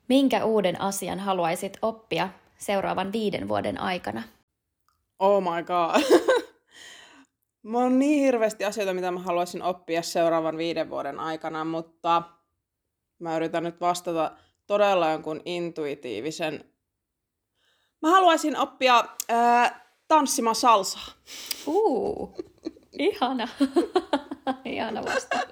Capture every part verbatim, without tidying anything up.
Minkä uuden asian haluaisit oppia seuraavan viiden vuoden aikana? Oh my god. Mä on niin hirveästi asioita, mitä mä haluaisin oppia seuraavan viiden vuoden aikana, mutta mä yritän nyt vastata todella jonkun intuitiivisen. Mä haluaisin oppia ää, tanssimaan salsaa. Uu, ihana. Ihana vastaus.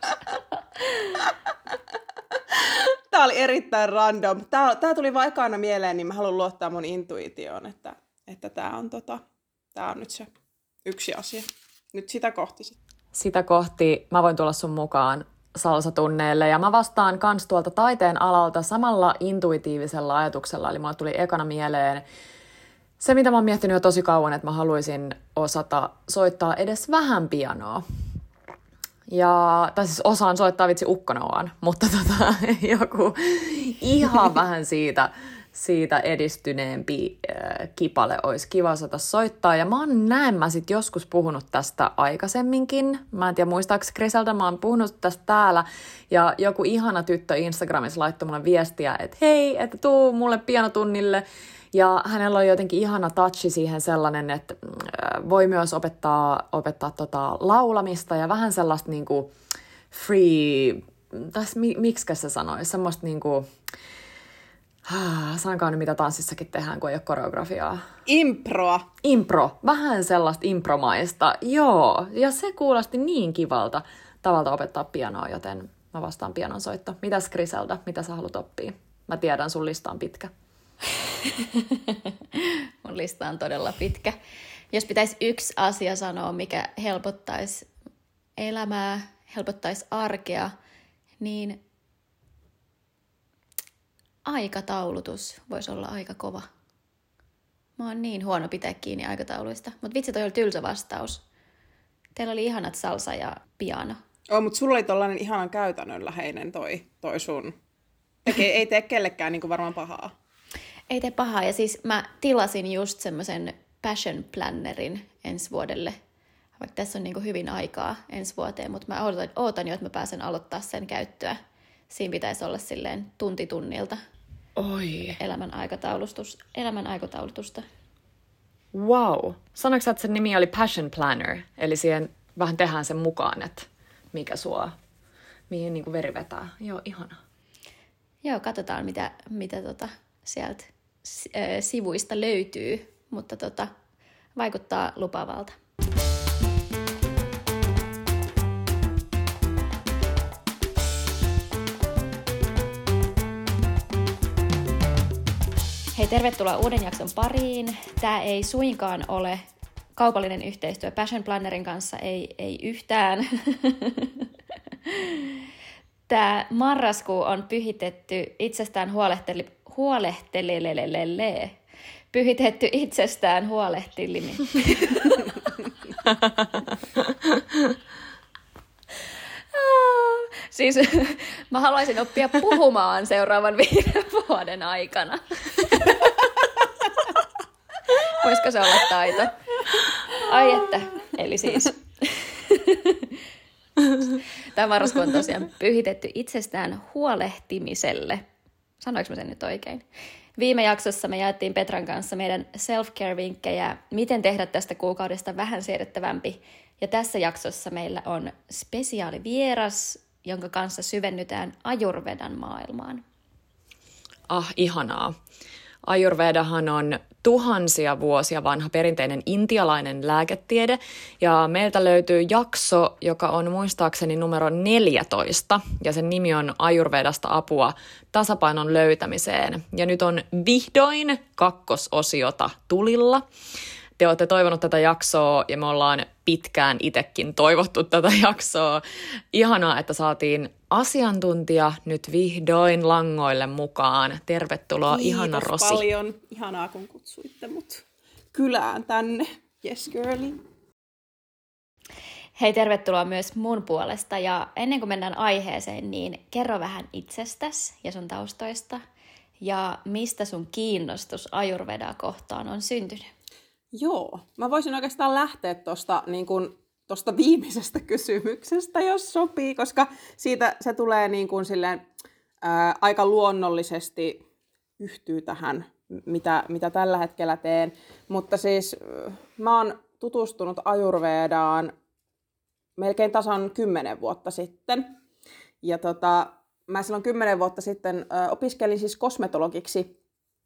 Tää oli erittäin random. Tää, tää tuli vaan ekana mieleen, niin mä haluan luottaa mun intuitioon, että, että tää, on tota, tää on nyt se yksi asia. Nyt sitä kohti sitten. Sitä kohti mä voin tulla sun mukaan salsatunneille ja mä vastaan kans tuolta taiteen alalta samalla intuitiivisella ajatuksella. Eli mulle tuli ekana mieleen se, mitä mä oon miettinyt jo tosi kauan, että mä haluaisin osata soittaa edes vähän pianoa. Ja, tai siis osaan soittaa vitsi ukkonoaan, mutta tota, joku ihan vähän siitä, siitä edistyneempi äh, kipale olisi kiva osata soittaa. Ja mä oon näemmä sit joskus puhunut tästä aikaisemminkin. Mä en tiedä muistaakseni Griseltä, mä oon puhunut tästä täällä. Ja joku ihana tyttö Instagramissa laittoi mulle viestiä, että hei, että tuu mulle pianotunnille. Ja hänellä on jotenkin ihana touchi siihen sellainen, että voi myös opettaa, opettaa tota laulamista ja vähän sellaista niinku free, tai miksikä se sanoisi, semmoista niinku, sankaa nyt mitä tanssissakin tehdään, kun ei ole koreografiaa. Improa. Impro, vähän sellaista impromaista, joo. Ja se kuulosti niin kivalta tavalta opettaa pianoa, joten mä vastaan pianonsoitto. Mitäs Griselda, mitä sä haluat oppia? Mä tiedän, sun lista on pitkä. Mun lista on todella pitkä. Jos pitäisi yksi asia sanoa, mikä helpottaisi elämää, helpottaisi arkea, niin aikataulutus voisi olla aika kova. Mä oon niin huono pitää kiinni aikatauluista. Mutta vitsi, toi oli tylsä vastaus. Teillä oli ihanat salsa ja piano. Oh, mutta sulla oli tollainen ihanan käytännönläheinen toi, toi sun. Tekee, ei tee kellekään niin kuin varmaan pahaa. Ei tee pahaa. Ja siis mä tilasin just semmoisen passion plannerin ensi vuodelle. Vaikka tässä on niin kuin hyvin aikaa ensi vuoteen, mutta mä ootan, ootan jo, että mä pääsen aloittaa sen käyttöä. Siinä pitäisi olla silleen tunti tunnilta. Oi. Elämän aikataulutus, elämän aikataulutusta. Wow. Sanoitko sä, että sen nimi oli Passion Planner? Eli siihen vähän tehdään sen mukaan, että mikä sua, mihin niin kuin veri vetää. Joo, ihana. Joo, katsotaan mitä, mitä tota sieltä äh, sivuista löytyy, mutta tota, vaikuttaa lupaavalta. Hei, tervetuloa uuden jakson pariin. Tämä ei suinkaan ole kaupallinen yhteistyö Passion Plannerin kanssa, ei, ei yhtään. Tämä marraskuu on pyhitetty itsestään huolehteli, huolehtelelelelele. Pyhitetty itsestään huolehtilimi. Siis mä haluaisin oppia puhumaan seuraavan viiden vuoden aikana. Voisiko se olla taito? Ai että, eli siis. Tämä marraskuu on tosiaan pyhitetty itsestään huolehtimiselle. Sanoinko mä sen nyt oikein? Viime jaksossa me jaettiin Petran kanssa meidän self-care-vinkkejä, miten tehdä tästä kuukaudesta vähän siedettävämpi. Ja tässä jaksossa meillä on spesiaalivieras, jonka kanssa syvennytään Ayurvedan maailmaan. Ah, ihanaa. Ayurvedahan on tuhansia vuosia vanha perinteinen intialainen lääketiede, ja meiltä löytyy jakso, joka on muistaakseni numero neljätoista, ja sen nimi on Ayurvedasta apua tasapainon löytämiseen. Ja nyt on vihdoin kakkososiota tulilla. Te olette toivonut tätä jaksoa, ja me ollaan pitkään itsekin toivottu tätä jaksoa. Ihanaa, että saatiin asiantuntija nyt vihdoin langoille mukaan. Tervetuloa, Kiitos ihana Rosi. Kiitos paljon. Ihanaa, kun kutsuitte mut kylään tänne. Yes, girly. Hei, tervetuloa myös mun puolesta. Ja ennen kuin mennään aiheeseen, niin kerro vähän itsestäsi ja sun taustoista. Ja mistä sun kiinnostus Ayurvedaa kohtaan on syntynyt? Joo, mä voisin oikeastaan lähteä tuosta niin kun, tosta viimeisestä kysymyksestä, jos sopii, koska siitä se tulee niin kun silleen, ää, aika luonnollisesti yhtyy tähän, mitä, mitä tällä hetkellä teen. Mutta siis mä oon tutustunut Ayurvedaan melkein tasan kymmenen vuotta sitten. Ja tota, mä silloin kymmenen vuotta sitten ö, opiskelin siis kosmetologiksi.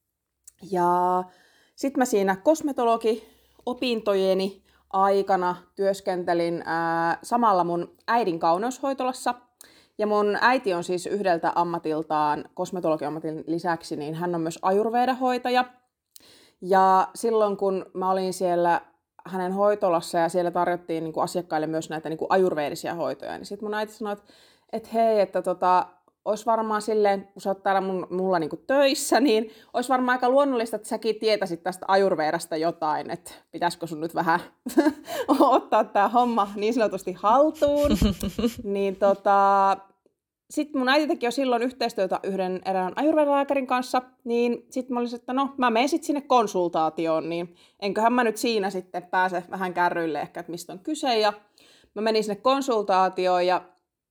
Ja sitten mä siinä kosmetologi-opintojeni aikana työskentelin ää, samalla mun äidin kauneushoitolassa. Ja mun äiti on siis yhdeltä ammatiltaan, kosmetologiammatin lisäksi, niin hän on myös Ayurveda-hoitaja. Ja silloin kun mä olin siellä hänen hoitolassa ja siellä tarjottiin niin kuin asiakkaille myös näitä niin kuin ayurvedisia hoitoja, niin sitten mun äiti sanoi, että, että hei, että tota, olisi varmaan silleen, kun sä oot täällä mun, mulla niin kuin töissä, niin olisi varmaan aika luonnollista, että säkin tietäisit tästä Ayurvedasta jotain, että pitäisikö sun nyt vähän ottaa tää homma niin sanotusti haltuun. niin tota, sitten mun äiti teki jo silloin yhteistyötä yhden erään Ayurveda-lääkärin kanssa, niin sitten mä olisin, että no mä menen sitten sinne konsultaatioon, niin enköhän mä nyt siinä sitten pääse vähän kärryille ehkä, että mistä on kyse. Ja mä menin sinne konsultaatioon ja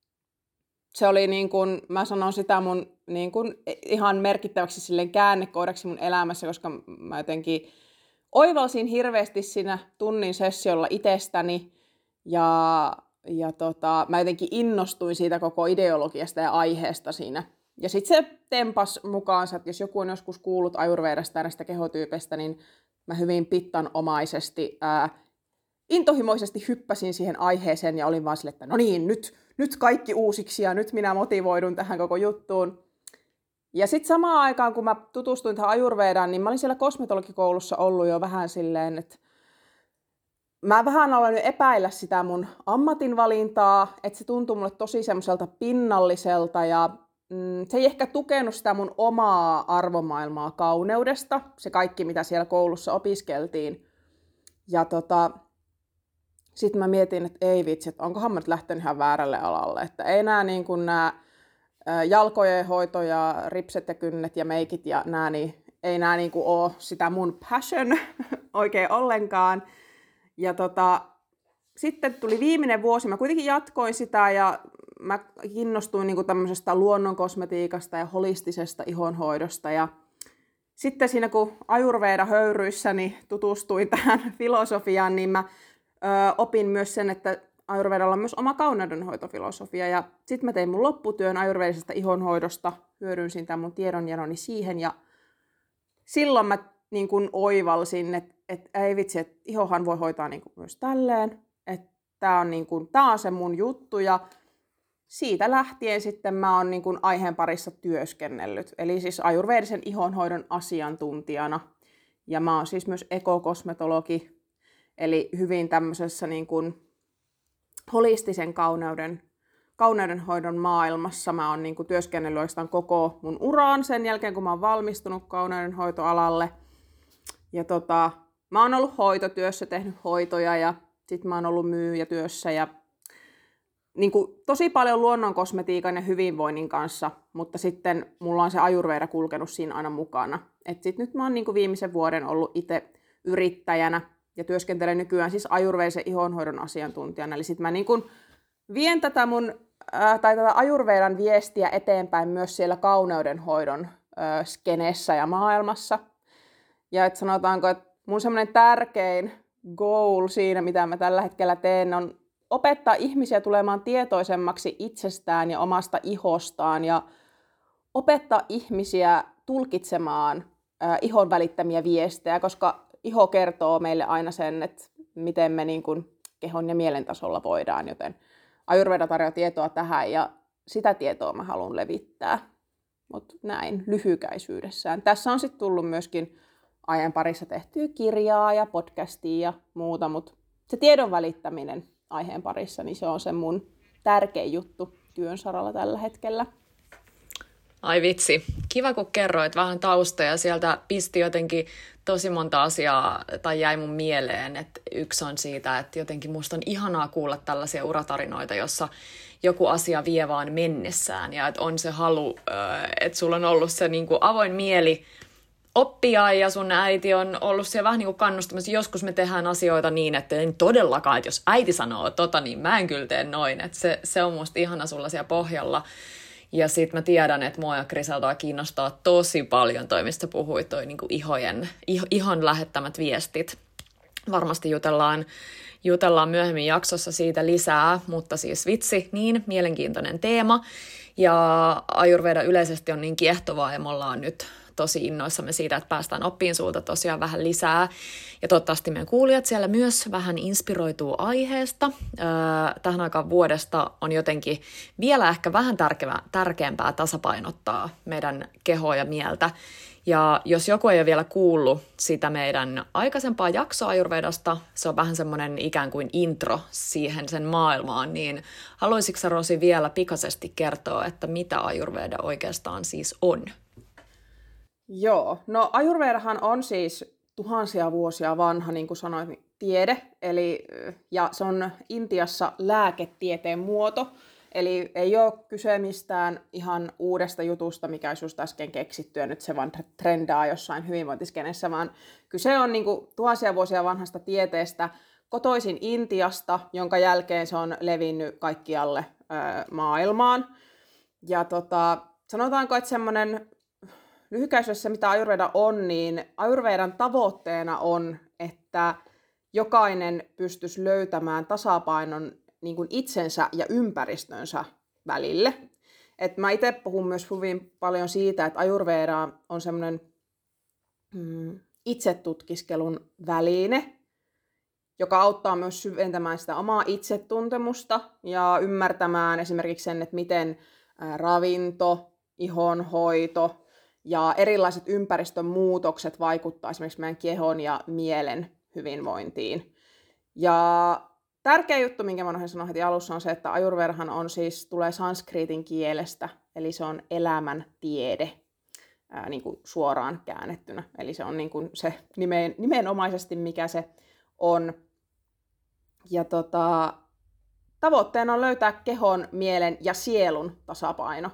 se oli niin kuin, mä sanon sitä mun niin kuin ihan merkittäväksi silleen käännekohdaksi mun elämässä, koska mä jotenkin oivalsin hirveästi siinä tunnin sessiolla itsestäni ja, ja tota, mä jotenkin innostuin siitä koko ideologiasta ja aiheesta siinä. Ja sitten se tempas mukaansa, että jos joku on joskus kuullut Ayurvedasta ja näistä kehotyypeistä, niin mä hyvin pittanomaisesti, ää, intohimoisesti hyppäsin siihen aiheeseen ja olin vaan sille, että no niin, nyt, nyt kaikki uusiksi ja nyt minä motivoidun tähän koko juttuun. Ja sitten samaan aikaan, kun mä tutustuin tähän Ayurvedaan, niin mä olin siellä kosmetologikoulussa ollut jo vähän silleen, että mä vähän aloin epäillä sitä mun ammatinvalintaa, että se tuntui mulle tosi semmoiselta pinnalliselta ja mm, se ei ehkä tukenut sitä mun omaa arvomaailmaa kauneudesta, se kaikki mitä siellä koulussa opiskeltiin. Ja tota, sitten mä mietin, että ei vitsi, että onkohan mä nyt lähtenyt ihan väärälle alalle, että ei nää niin kuin nää jalkojen hoito ja ripset ja kynnet ja meikit ja nää, niin ei nää niin kuin ole sitä mun passion oikein ollenkaan. Ja tota, sitten tuli viimeinen vuosi, mä kuitenkin jatkoin sitä ja mä innostuin niin kuin tämmöisestä luonnonkosmetiikasta ja holistisesta ihonhoidosta. Ja sitten siinä kun Ayurveda-höyryissäni tutustuin tähän filosofiaan, niin mä ö, opin myös sen, että Ayurvedalla on myös oma kauneudenhoitofilosofia. Ja sitten mä tein mun lopputyön ayurvedisesta ihonhoidosta, hyödynsin tämän mun tiedonjanoni siihen ja silloin mä niin kun oivalsin, että et, ei vitsi, että ihohan voi hoitaa niin kun myös tälleen, että tää on, niin kun, tää on se mun juttu ja siitä lähtien sitten mä oon niin kun aiheen parissa työskennellyt, eli siis ayurvedisen ihonhoidon asiantuntijana ja mä oon siis myös ekokosmetologi, eli hyvin tämmöisessä niin kun holistisen kauneuden, kauneudenhoidon maailmassa. Mä oon niin kuin työskennellyt oikeastaan koko mun uraan sen jälkeen, kun mä oon valmistunut kauneudenhoitoalalle. Ja tota, mä oon ollut hoitotyössä, tehnyt hoitoja ja sit mä oon ollut myyjätyössä ja niin kuin tosi paljon luonnonkosmetiikan ja hyvinvoinnin kanssa, mutta sitten mulla on se Ayurveda kulkenut siinä aina mukana. Et sit nyt mä oon niin kuin viimeisen vuoden ollut itse yrittäjänä ja työskentelen nykyään siis ayurvedisen ihonhoidon asiantuntijana. Eli sitten mä niin kun vien tätä mun, ää, tai tätä Ayurvedan viestiä eteenpäin myös siellä kauneudenhoidon ää, skeneessä ja maailmassa. Ja et sanotaanko, että mun semmoinen tärkein goal siinä, mitä mä tällä hetkellä teen, on opettaa ihmisiä tulemaan tietoisemmaksi itsestään ja omasta ihostaan ja opettaa ihmisiä tulkitsemaan ää, ihon välittämiä viestejä, koska iho kertoo meille aina sen, että miten me niin kuin kehon ja mielen tasolla voidaan, joten Ayurveda tarjoaa tietoa tähän ja sitä tietoa mä haluan levittää. Mutta näin lyhykäisyydessään. Tässä on sitten tullut myöskin ajan parissa tehtyä kirjaa ja podcastia ja muuta, mutta se tiedon välittäminen aiheen parissa, niin se on se mun tärkein juttu työn saralla tällä hetkellä. Ai vitsi, kiva kun kerroit vähän taustaa ja sieltä pisti jotenkin tosi monta asiaa tai jäi mun mieleen, että yksi on siitä, että jotenkin musta on ihanaa kuulla tällaisia uratarinoita, jossa joku asia vie vaan mennessään ja että on se halu, että sulla on ollut se niin kuin avoin mieli oppia ja sun äiti on ollut siellä vähän niin kuin kannustamassa. Joskus me tehdään asioita niin, että en todellakaan, että jos äiti sanoo tota, niin mä en kyllä tee noin, että se, se on musta ihana sulla siellä pohjalla. Ja sit mä tiedän, että mua ja Griseldaa kiinnostaa tosi paljon toi, mistä puhuit, toi niinku ihojen, iho, ihon lähettämät viestit. Varmasti jutellaan, jutellaan myöhemmin jaksossa siitä lisää, mutta siis vitsi, niin mielenkiintoinen teema. Ja Ayurveda yleisesti on niin kiehtovaa ja me ollaan nyt tosi innoissamme siitä, että päästään oppiin sulta tosiaan vähän lisää. Ja toivottavasti meidän kuulijat siellä myös vähän inspiroituu aiheesta. Tähän aikaan vuodesta on jotenkin vielä ehkä vähän tärkeämpää tasapainottaa meidän kehoa ja mieltä. Ja jos joku ei ole vielä kuullut sitä meidän aikaisempaa jaksoa Ayurvedasta, se on vähän semmoinen ikään kuin intro siihen sen maailmaan, niin haluaisitko sä, Rosi, vielä pikaisesti kertoa, että mitä Ayurveda oikeastaan siis on? Joo, no Ayurvedahan on siis tuhansia vuosia vanha, niin kuin sanoit, tiede, eli, ja se on Intiassa lääketieteen muoto, eli ei ole kyse mistään ihan uudesta jutusta, mikä olisi just äsken keksitty ja nyt se vaan trendaa jossain hyvinvointiskenessä, vaan kyse on niin kuin tuhansia vuosia vanhasta tieteestä, kotoisin Intiasta, jonka jälkeen se on levinnyt kaikkialle ö, maailmaan. Ja tota, sanotaanko, että semmoinen lyhykäisyydessä, mitä Ayurveda on, niin Ayurvedan tavoitteena on, että jokainen pystyisi löytämään tasapainon niin kuin itsensä ja ympäristönsä välille. Et mä itse puhun myös hyvin paljon siitä, että Ayurveda on semmoinen mm, itsetutkiskelun väline, joka auttaa myös syventämään sitä omaa itsetuntemusta ja ymmärtämään esimerkiksi sen, että miten ravinto, ihonhoito ja erilaiset ympäristön muutokset vaikuttaa esimerkiksi meidän kehon ja mielen hyvinvointiin. Ja tärkeä juttu, minkä mä unohdin sanoa heti alussa, on se, että Ayurvedahan on siis, tulee sanskritin kielestä, eli se on elämän tiede, ää, niin kuin suoraan käännettynä. Eli se on niin kuin se nimeen, nimenomaisesti, mikä se on. Ja tota, tavoitteena on löytää kehon, mielen ja sielun tasapaino.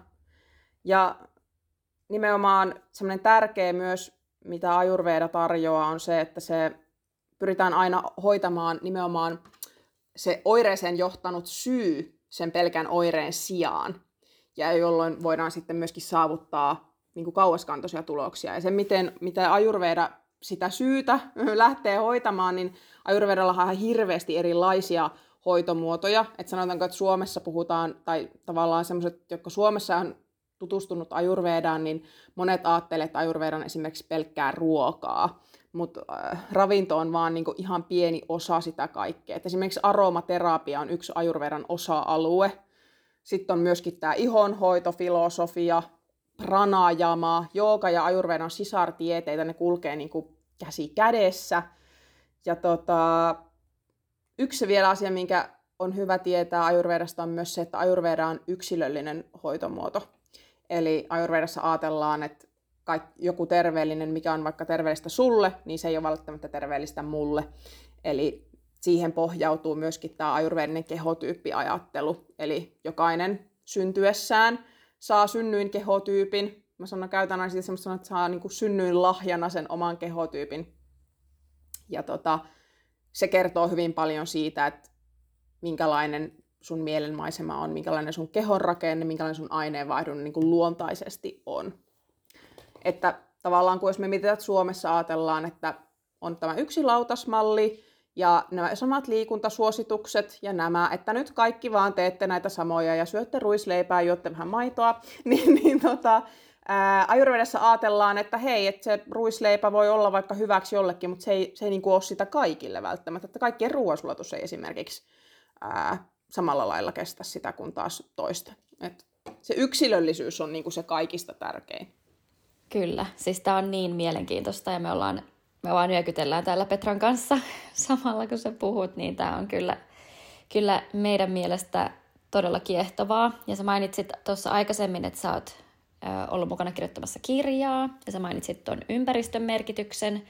Ja nimenomaan semmoinen tärkeä myös, mitä Ayurveda tarjoaa, on se, että se pyritään aina hoitamaan nimenomaan se oireeseen johtanut syy sen pelkän oireen sijaan, ja jolloin voidaan sitten myöskin saavuttaa niin kuin kauaskantoisia tuloksia. Ja se, miten, miten Ayurveda sitä syytä lähtee hoitamaan, niin Ayurvedallahan on hirveästi erilaisia hoitomuotoja. Että sanotaanko, että Suomessa puhutaan, tai tavallaan sellaiset, jotka Suomessa on tutustunut Ayurvedaan, niin monet ajattelee, että Ayurveda on esimerkiksi pelkkää ruokaa. Mutta äh, ravinto on vaan niinku ihan pieni osa sitä kaikkea. Et esimerkiksi aromaterapia on yksi Ayurvedan osa-alue. Sitten on myöskin tämä ihonhoito, filosofia, pranayama, jooga ja Ayurvedan sisartieteitä. Ne kulkee niinku käsi kädessä. Ja tota, yksi vielä asia, minkä on hyvä tietää Ayurvedasta, on myös se, että Ayurveda on yksilöllinen hoitomuoto. Eli Ayurvedassa ajatellaan, että joku terveellinen, mikä on vaikka terveellistä sulle, niin se ei ole välttämättä terveellistä mulle. Eli siihen pohjautuu myöskin tämä ayurvedinen kehotyyppiajattelu. Eli jokainen syntyessään saa synnyin kehotyypin. Mä sanon, käytän aina semmoista, että saa niin kuin synnyin lahjana sen oman kehotyypin. Ja tota, se kertoo hyvin paljon siitä, että minkälainen sun mielenmaisema on, minkälainen sun kehon rakenne, minkälainen sun aineenvaihdun niin kuin luontaisesti on. Että tavallaan kun jos me mietitään, että Suomessa ajatellaan, että on tämä yksi lautasmalli ja nämä samat liikuntasuositukset ja nämä, että nyt kaikki vaan teette näitä samoja ja syötte ruisleipää, juotte vähän maitoa, niin, niin tota, ää, Ayurvedassa ajatellaan, että hei, että se ruisleipä voi olla vaikka hyväksi jollekin, mutta se ei, se ei niin kuin ole sitä kaikille välttämättä, että kaikkien ruoansulatus ei esimerkiksi ää, samalla lailla kestä sitä kuin taas toista. Et se yksilöllisyys on niin kuin se kaikista tärkein. Kyllä, siis tämä on niin mielenkiintoista ja me ollaan, me vaan nyökytellään täällä Petran kanssa samalla kun sä puhut, niin tämä on kyllä, kyllä meidän mielestä todella kiehtovaa. Ja sä mainitsit tuossa aikaisemmin, että sä oot ö, ollut mukana kirjoittamassa kirjaa ja sä mainitsit tuon ympäristön merkityksen.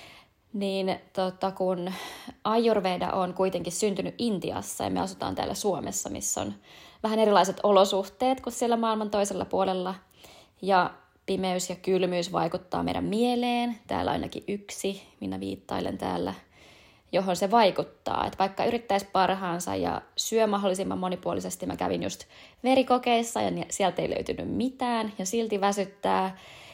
Niin tota, kun Ayurveda on kuitenkin syntynyt Intiassa ja me asutaan täällä Suomessa, missä on vähän erilaiset olosuhteet kuin siellä maailman toisella puolella. Ja pimeys ja kylmyys vaikuttaa meidän mieleen. Täällä ainakin yksi, minä viittailen täällä. johon se vaikuttaa. Että vaikka yrittäisi parhaansa ja syö mahdollisimman monipuolisesti, mä kävin just verikokeissa ja sieltä ei löytynyt mitään ja silti väsyttää.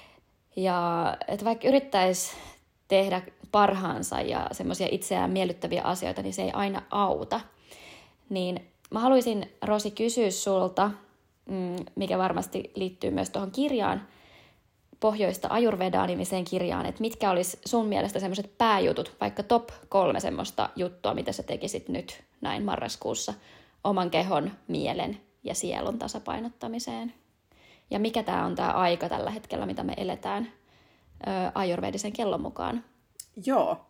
Ja että vaikka yrittäisi tehdä parhaansa ja semmoisia itseään miellyttäviä asioita, niin se ei aina auta. Niin mä haluaisin, Rosi, kysyä sulta, mikä varmasti liittyy myös tuohon kirjaan, Pohjoista Ayurvedaa-nimiseen kirjaan, että mitkä olisi sun mielestä semmoiset pääjutut, vaikka top kolme semmoista juttua, mitä sä tekisit nyt näin marraskuussa oman kehon, mielen ja sielun tasapainottamiseen. Ja mikä tämä on tämä aika tällä hetkellä, mitä me eletään ö, ayurvedisen kellon mukaan? Joo.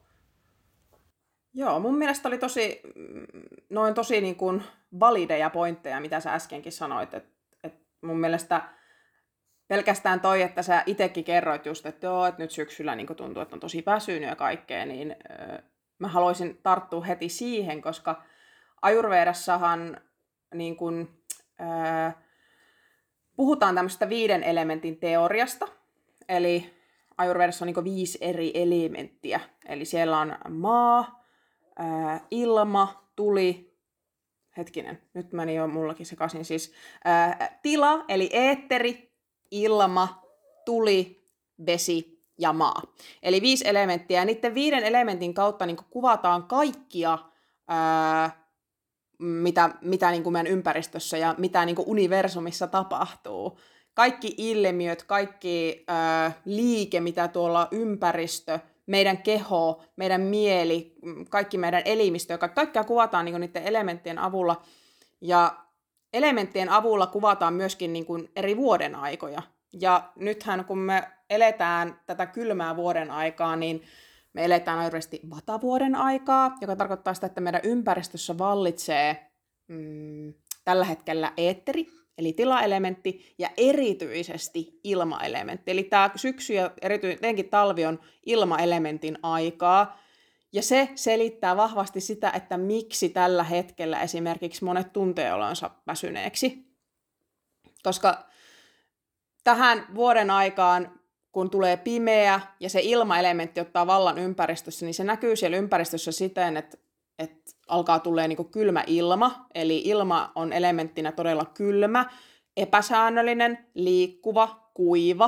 Joo, mun mielestä oli tosi, noin tosi niin kuin valideja pointteja, mitä sä äskenkin sanoit. Et, et mun mielestä pelkästään toi, että sä itsekin kerroit just, että joo, että nyt syksyllä niin kuin tuntuu, että on tosi väsynyt ja kaikkea, niin ö, mä haluaisin tarttua heti siihen, koska Ayurvedassahan niin kuin, ö, puhutaan tämmöistä viiden elementin teoriasta, eli Ayurvedassa on niin viisi eri elementtiä. Eli siellä on maa, ää, ilma, tuli, hetkinen, nyt meni jo mullakin sekaisin, siis ää, tila, eli eetteri, ilma, tuli, vesi ja maa. Eli viisi elementtiä, ja niiden viiden elementin kautta niin kuvataan kaikkia, ää, mitä, mitä niin meidän ympäristössä ja mitä niin universumissa tapahtuu. Kaikki ilmiöt, kaikki ö, liike, mitä tuolla ympäristö, meidän keho, meidän mieli, kaikki meidän elimistö, kaikkea kuvataan niin niiden elementtien avulla. Ja elementtien avulla kuvataan myöskin niin kuin eri vuoden aikoja. Ja nythän kun me eletään tätä kylmää vuoden aikaa, niin me eletään oikeasti vatavuoden aikaa, joka tarkoittaa sitä, että meidän ympäristössä vallitsee mm, tällä hetkellä eetteri, eli tilaelementti, ja erityisesti ilmaelementti. Eli tämä syksy ja erityisesti talvi on ilmaelementin aikaa, ja se selittää vahvasti sitä, että miksi tällä hetkellä esimerkiksi monet tuntee olonsa väsyneeksi. Koska tähän vuoden aikaan, kun tulee pimeä ja se ilmaelementti ottaa vallan ympäristössä, niin se näkyy siellä ympäristössä siten, että, että alkaa tulee niin kuin kylmä ilma, eli ilma on elementtinä todella kylmä, epäsäännöllinen, liikkuva, kuiva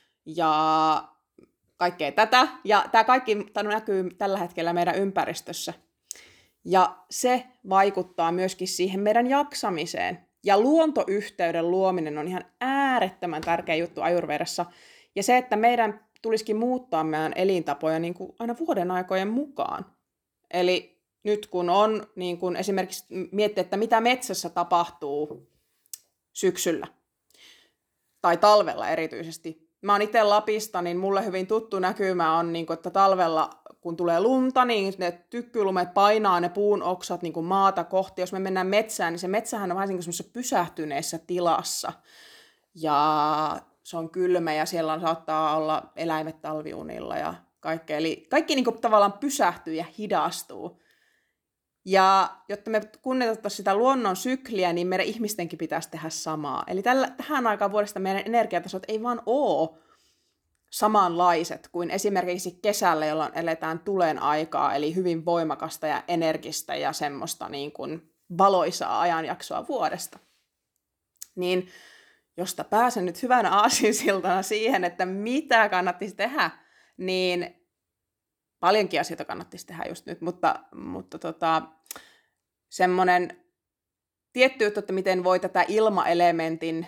ja kaikkea tätä. Ja tämä kaikki näkyy tällä hetkellä meidän ympäristössä. Ja se vaikuttaa myöskin siihen meidän jaksamiseen. Ja luontoyhteyden luominen on ihan äärettömän tärkeä juttu Ayurvedassa. Ja se, että meidän tulisikin muuttaa meidän elintapoja niin kuin aina vuoden aikojen mukaan. Eli nyt kun on niin kun esimerkiksi miettiä, että mitä metsässä tapahtuu syksyllä tai talvella erityisesti. Mä oon itse Lapista, niin mulle hyvin tuttu näkymä on, niin kun, että talvella kun tulee lunta, niin ne tykkylumet painaa ne puun oksat niin kun maata kohti. Jos me mennään metsään, niin se metsähän on vähän niin kuin semmoisessa pysähtyneessä tilassa. Ja se on kylmä ja siellä on, saattaa olla eläimet talviunilla ja kaikkea. Eli kaikki niin kuin tavallaan pysähtyy ja hidastuu. Ja jotta me kunnioitettaisiin sitä luonnon sykliä, niin meidän ihmistenkin pitäisi tehdä samaa. Eli tällä, tähän aikaan vuodesta meidän energiatasot ei vaan ole samanlaiset kuin esimerkiksi kesällä, jolloin eletään tulen aikaa, eli hyvin voimakasta ja energistä ja semmoista niin kuin valoisaa ajanjaksoa vuodesta. Niin josta pääsen nyt hyvänä aasinsiltana siihen, että mitä kannattisi tehdä, niin paljonkin asioita kannattisi tehdä just nyt, mutta, mutta tota, semmoinen tietty juttu, että miten voi tätä ilmaelementin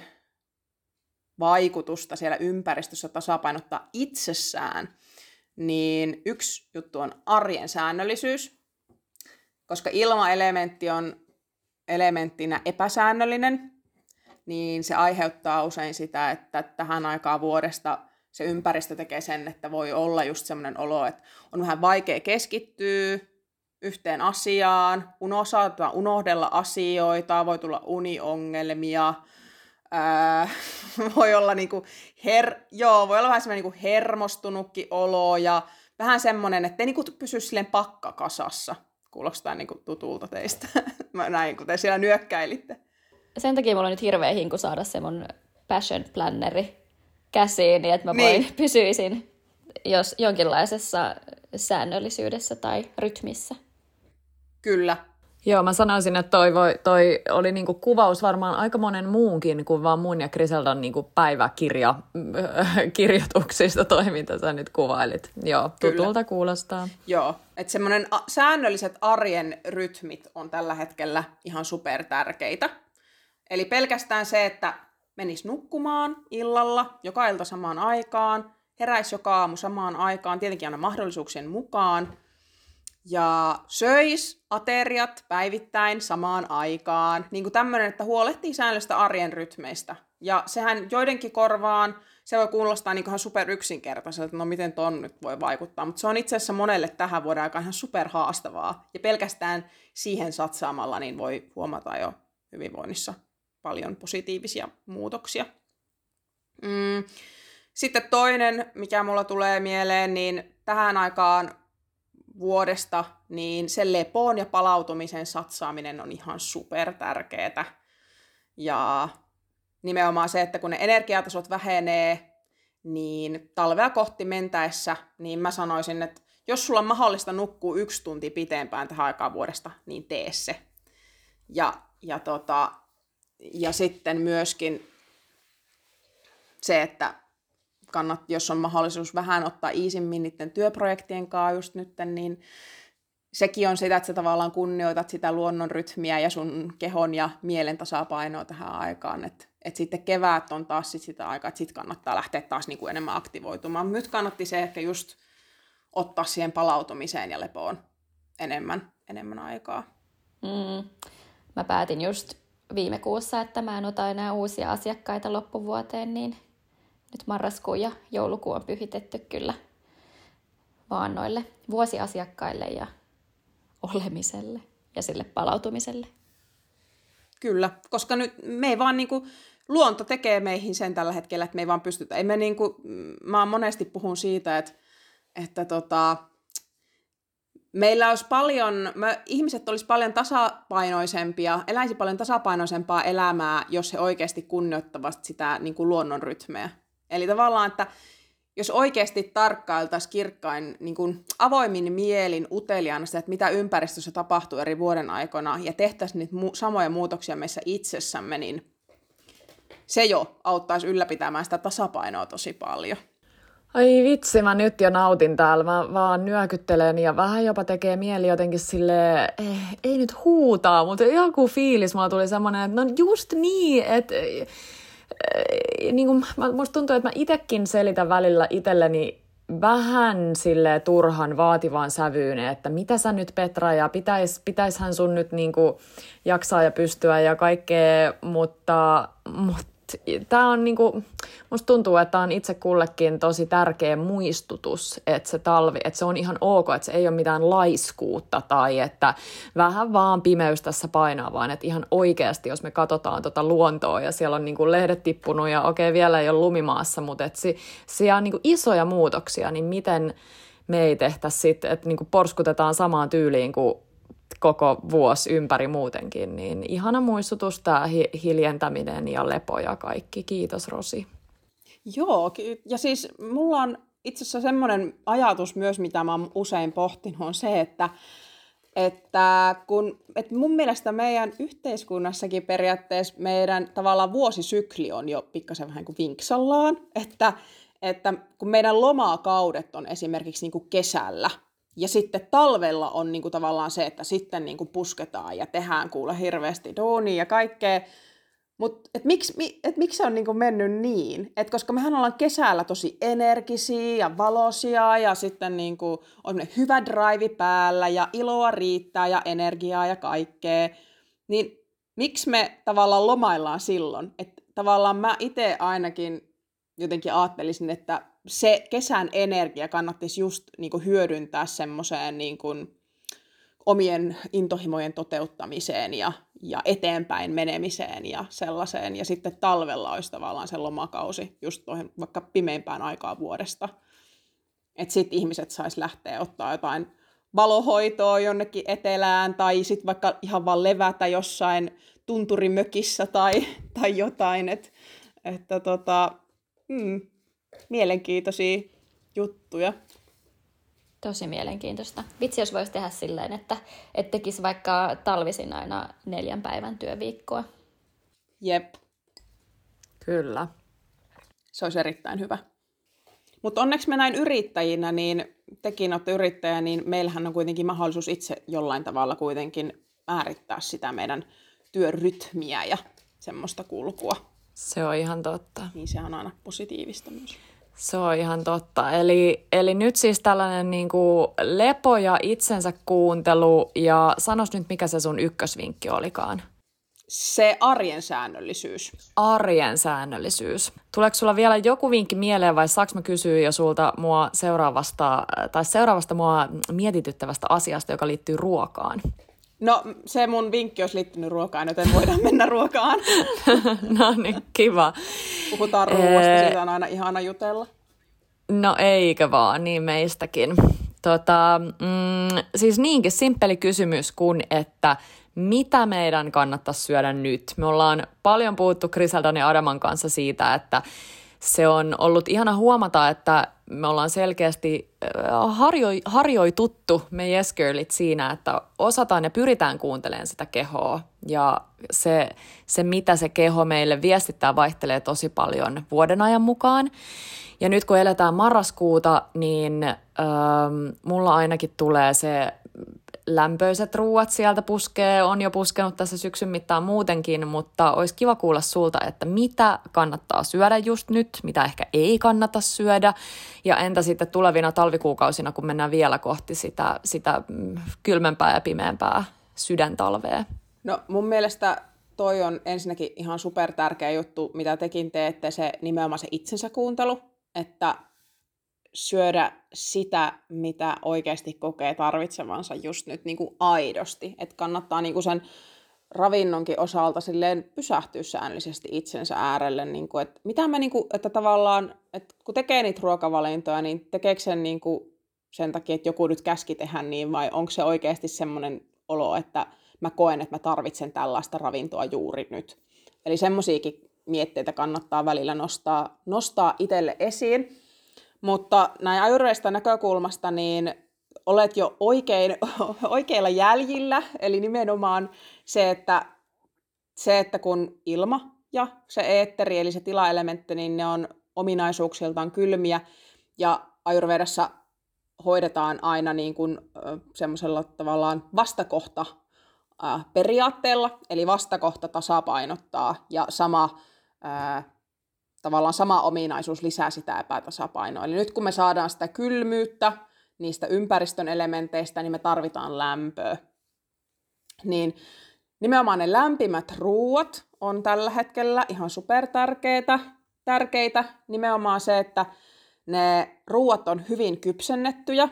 vaikutusta siellä ympäristössä tasapainottaa itsessään, niin yksi juttu on arjen säännöllisyys, koska ilmaelementti on elementtinä epäsäännöllinen, niin se aiheuttaa usein sitä, että tähän aikaan vuodesta se ympäristö tekee sen, että voi olla just semmoinen olo, että on vähän vaikea keskittyä yhteen asiaan, unohdella, unohdella asioita, voi tulla uniongelmia, ää, voi olla niinku her, joo, voi olla vähän semmoinen niinku hermostunutkin olo ja vähän semmoinen, että ei niinku pysy silleen pakkakasassa. Kuulostaa niinku tutulta teistä, mä näin, kun te siellä nyökkäilitte. Sen takia mulla on nyt hirveä hinku saada se mun passion planneri käsiin, niin että mä voin niin. pysyisin jos jonkinlaisessa säännöllisyydessä tai rytmissä. Kyllä. Joo, mä sanoisin, että toi, voi, toi oli niinku kuvaus varmaan aika monen muunkin kuin vaan mun ja Griseldan niinku päiväkirja kirjoituksista toi, mitä sä nyt kuvailit. Joo, tutulta Kyllä. kuulostaa. Joo, että semmoinen a- säännölliset arjen rytmit on tällä hetkellä ihan super tärkeitä. Eli pelkästään se, että menis nukkumaan illalla joka ilta samaan aikaan, heräisi joka aamu samaan aikaan, tietenkin aina mahdollisuuksien mukaan, ja söis ateriat päivittäin samaan aikaan. Niin kuin tämmöinen, että huolehtii säännöllistä arjen rytmeistä. Ja sehän joidenkin korvaan, se voi kuulostaa niin ihan super yksinkertaiselta, että no miten ton nyt voi vaikuttaa. Mutta se on itse asiassa monelle tähän vuoden aikaan ihan super haastavaa. Ja pelkästään siihen satsaamalla niin voi huomata jo hyvinvoinnissa paljon positiivisia muutoksia. Mm. Sitten toinen, mikä mulla tulee mieleen, niin tähän aikaan vuodesta, niin se lepoon ja palautumisen satsaaminen on ihan super tärkeetä. Ja nimenomaan se, että kun ne energiatasot vähenee, niin talvea kohti mentäessä, niin mä sanoisin, että jos sulla on mahdollista nukkua yksi tunti pitempään tähän aikaan vuodesta, niin tee se. Ja, ja, tota, ja sitten myöskin se, että kannat, jos on mahdollisuus vähän ottaa iisimmin niiden työprojektien kanssa just nyt, niin sekin on sitä, että sä tavallaan kunnioitat sitä luonnon rytmiä ja sun kehon ja mielen tasapainoa tähän aikaan. Että et sitten kevät on taas sit sitä aikaa, että sit kannattaa lähteä taas niinku enemmän aktivoitumaan. Nyt kannatti se ehkä just ottaa siihen palautumiseen ja lepoon enemmän, enemmän aikaa. Mm. Mä päätin just viime kuussa, että mä en ota enää uusia asiakkaita loppuvuoteen, niin nyt marraskuu ja joulukuu on pyhitetty kyllä vaan noille vuosiasiakkaille ja olemiselle ja sille palautumiselle. Kyllä, koska nyt me ei vaan niinku, luonto tekee meihin sen tällä hetkellä, että me ei vaan pystytä. Ei me niinku, mä monesti puhun siitä, että, että tota, meillä olisi paljon, me, ihmiset olisi paljon tasapainoisempia, eläisi paljon tasapainoisempaa elämää, jos he oikeasti kunnioittavat sitä niinku luonnon rytmeä. Eli tavallaan, että jos oikeasti tarkkailtaisiin kirkkain niin kuin avoimin mielin uteliaana sitä, että mitä ympäristössä tapahtuu eri vuoden aikoina, ja tehtäisiin niitä mu- samoja muutoksia meissä itsessämme, niin se jo auttaisi ylläpitämään sitä tasapainoa tosi paljon. Ai vitsi, mä nyt jo nautin täällä. Mä vaan nyökyttelen ja vähän jopa tekee mieli jotenkin silleen, eh, ei nyt huutaa, mutta joku fiilis mulla tuli semmoinen, että no just niin, että niin kuin, musta tuntuu, että mä itekin selitän välillä itselleni vähän sille turhan vaativaan sävyyn, että mitä sä nyt Petra ja pitäis, pitäishän sun nyt niin kuin jaksaa ja pystyä ja kaikkea, mutta, mutta tää on niin kuin, musta tuntuu, että on itse kullekin tosi tärkeä muistutus, että se talvi, että se on ihan ok, että se ei ole mitään laiskuutta tai että vähän vaan pimeys tässä painaa, vaan että ihan oikeasti, jos me katsotaan tuota luontoa ja siellä on niin kuin lehdet tippunut ja okei, vielä ei ole lumimaassa, mutta että si, siellä on niin kuin isoja muutoksia, niin miten me ei tehtäisi sitten, että niin kuin porskutetaan samaan tyyliin kuin koko vuosi ympäri muutenkin, niin ihana muistutus tämä hiljentäminen ja lepo ja kaikki. Kiitos Rosi. Joo, ja siis mulla on itse asiassa semmoinen ajatus myös, mitä mä oon usein pohtinut, on se, että, että, kun, että mun mielestä meidän yhteiskunnassakin periaatteessa meidän tavallaan vuosisykli on jo pikkasen vähän kuin vinksallaan, että, että kun meidän lomakaudet on esimerkiksi niin kuin kesällä, ja sitten talvella on niinku tavallaan se, että sitten niinku pusketaan ja tehdään kuule hirveästi duunia ja kaikkea. Mutta et miksi mi, et miksi se on niinku mennyt niin? Et koska mehän ollaan kesällä tosi energisiä ja valoisia ja sitten niinku on hyvä drive päällä ja iloa riittää ja energiaa ja kaikkea. Niin miksi me tavallaan lomaillaan silloin? Et tavallaan mä itse ainakin jotenkin ajattelisin, että se kesän energia kannattaisi just niin kuin hyödyntää semmoiseen niin kuin omien intohimojen toteuttamiseen ja, ja eteenpäin menemiseen ja sellaiseen. Ja sitten talvella olisi tavallaan se lomakausi just tuohon vaikka pimeimpään aikaa vuodesta. Että sitten ihmiset sais lähteä ottaa jotain valohoitoa jonnekin etelään tai sitten vaikka ihan vaan levätä jossain tunturimökissä tai, tai jotain. Et, että tota... Hmm. Mielenkiintoisia juttuja. Tosi mielenkiintoista. Vitsi, jos voisi tehdä silleen, että et tekisi vaikka talvisin aina neljän päivän työviikkoa. Jep. Kyllä. Se olisi erittäin hyvä. Mutta onneksi me näin yrittäjinä, niin tekin olette yrittäjä, niin meillähän on kuitenkin mahdollisuus itse jollain tavalla kuitenkin määrittää sitä meidän työrytmiä ja semmoista kulkua. Se on ihan totta. Niin se on aina positiivista myös. Se on ihan totta. Eli, eli nyt siis tällainen niin kuin lepo ja itsensä kuuntelu, ja sanos nyt, mikä se sun ykkösvinkki olikaan? Se arjen säännöllisyys. Arjen säännöllisyys. Tuleeko sulla vielä joku vinkki mieleen, vai saanko mä kysyä jo sulta mua seuraavasta, tai seuraavasta mua mietityttävästä asiasta, joka liittyy ruokaan? No, se mun vinkki olisi liittynyt ruokaan, joten voidaan mennä ruokaan. No niin, kiva. Puhutaan ruoasta, siitä on aina ihana jutella. No eikö vaan, niin meistäkin. Tota, mm, siis niinkin simppeli kysymys kuin, että mitä meidän kannattaisi syödä nyt? Me ollaan paljon puhuttu Griseldan ja Adaman kanssa siitä, että se on ollut ihana huomata, että me ollaan selkeästi harjo- harjoituttu, me Yes Girlit, siinä, että osataan ja pyritään kuuntelemaan sitä kehoa. Ja se, se, mitä se keho meille viestittää, vaihtelee tosi paljon vuoden ajan mukaan. Ja nyt kun eletään marraskuuta, niin ähm, mulla ainakin tulee se lämpöiset ruuat sieltä puskee, on jo puskenut tässä syksyn mittaan muutenkin, mutta olisi kiva kuulla sulta, että mitä kannattaa syödä just nyt, mitä ehkä ei kannata syödä, ja entä sitten tulevina talvikuukausina, kun mennään vielä kohti sitä, sitä kylmempää ja pimeämpää sydäntalvea. No mun mielestä toi on ensinnäkin ihan super tärkeä juttu, mitä tekin teette, se nimenomaan se itsensä kuuntelu, että syödä sitä, mitä oikeasti kokee tarvitsevansa just nyt niin kuin aidosti. Että kannattaa niin kuin sen ravinnonkin osalta silleen pysähtyä säännöllisesti itsensä äärelle. Niin kuin, että mitä mä niin kuin, että tavallaan, että kun tekee niitä ruokavalintoja, niin tekeekö sen niin kuin sen takia, että joku nyt käski tehdä niin, vai onko se oikeasti semmoinen olo, että mä koen, että mä tarvitsen tällaista ravintoa juuri nyt. Eli semmoisiakin mietteitä kannattaa välillä nostaa, nostaa itselle esiin. Mutta näin ayurvedista näkökulmasta, niin olet jo oikein, oikeilla jäljillä, eli nimenomaan se että, se, että kun ilma ja se eetteri, eli se tilaelementti, niin ne on ominaisuuksiltaan kylmiä, ja ayurvedassa hoidetaan aina niin kuin semmoisella tavallaan vastakohta periaatteella, eli vastakohta tasapainottaa, ja sama ää, tavallaan sama ominaisuus lisää sitä epätasapainoa. Eli nyt kun me saadaan sitä kylmyyttä niistä ympäristön elementeistä, niin me tarvitaan lämpöä. Niin nimenomaan ne lämpimät ruuat on tällä hetkellä ihan supertärkeitä. Tärkeitä. Nimenomaan se, että ne ruuat on hyvin kypsennettyjä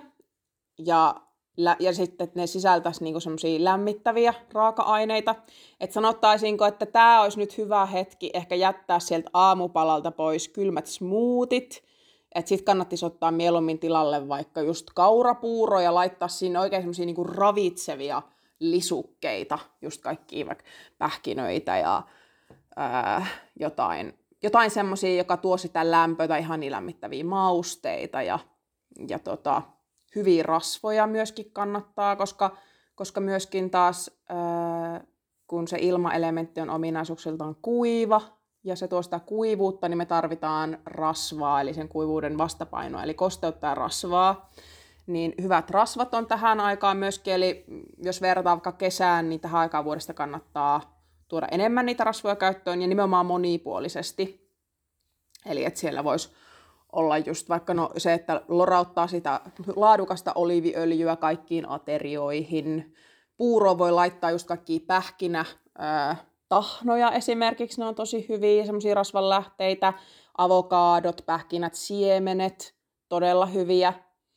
ja ja sitten että ne sisältäisi niinku semmoisia lämmittäviä raaka-aineita. Että sanottaisinko, että tämä olisi nyt hyvä hetki ehkä jättää sieltä aamupalalta pois kylmät smoothit. Että sitten kannattaisi ottaa mieluummin tilalle vaikka just kaurapuuro ja laittaa sinne oikein semmoisia niinku ravitsevia lisukkeita. Just kaikkia vaikka pähkinöitä ja ää, jotain, jotain semmoisia, joka tuo sitä lämpöä tai ihan niin lämmittäviä mausteita ja, ja tota... hyviä rasvoja myöskin kannattaa, koska, koska myöskin taas, ää, kun se ilmaelementti on ominaisuuksiltaan kuiva, ja se tuo sitä kuivuutta, niin me tarvitaan rasvaa, eli sen kuivuuden vastapainoa, eli kosteutta ja rasvaa. Niin hyvät rasvat on tähän aikaan myöskin, eli jos verrataan vaikka kesään, niin tähän aikaan vuodesta kannattaa tuoda enemmän niitä rasvoja käyttöön, ja nimenomaan monipuolisesti. Eli että siellä voisi olla just vaikka no, se, että lorauttaa sitä laadukasta oliiviöljyä kaikkiin aterioihin. Puuroon voi laittaa just kaikkia pähkinä, ää, tahnoja esimerkiksi, ne on tosi hyviä, semmoisia rasvanlähteitä. Avokaadot, pähkinät, siemenet, todella hyviä.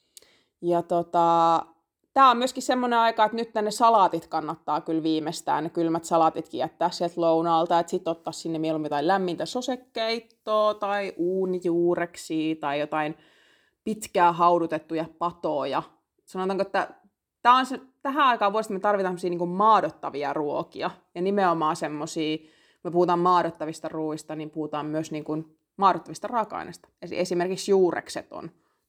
Ja tota, tää on myöskin semmoinen aika, että nyt ne salaatit kannattaa kyllä viimeistään, ne kylmät salaatitkin jättää sieltä lounaalta, että sit ottaa sinne mieluummin jotain lämmintä sosekeittoa tai uunijuureksia tai jotain pitkää haudutettuja patoja. Sanotaanko, että tää on se, tähän aikaan vuodesta me tarvitaan semmosia niin kuin maadottavia ruokia ja nimenomaan semmosia, me puhutaan maadottavista ruuista, niin puhutaan myös niin kuin maadottavista raaka-aineista. Esimerkiksi juurekset on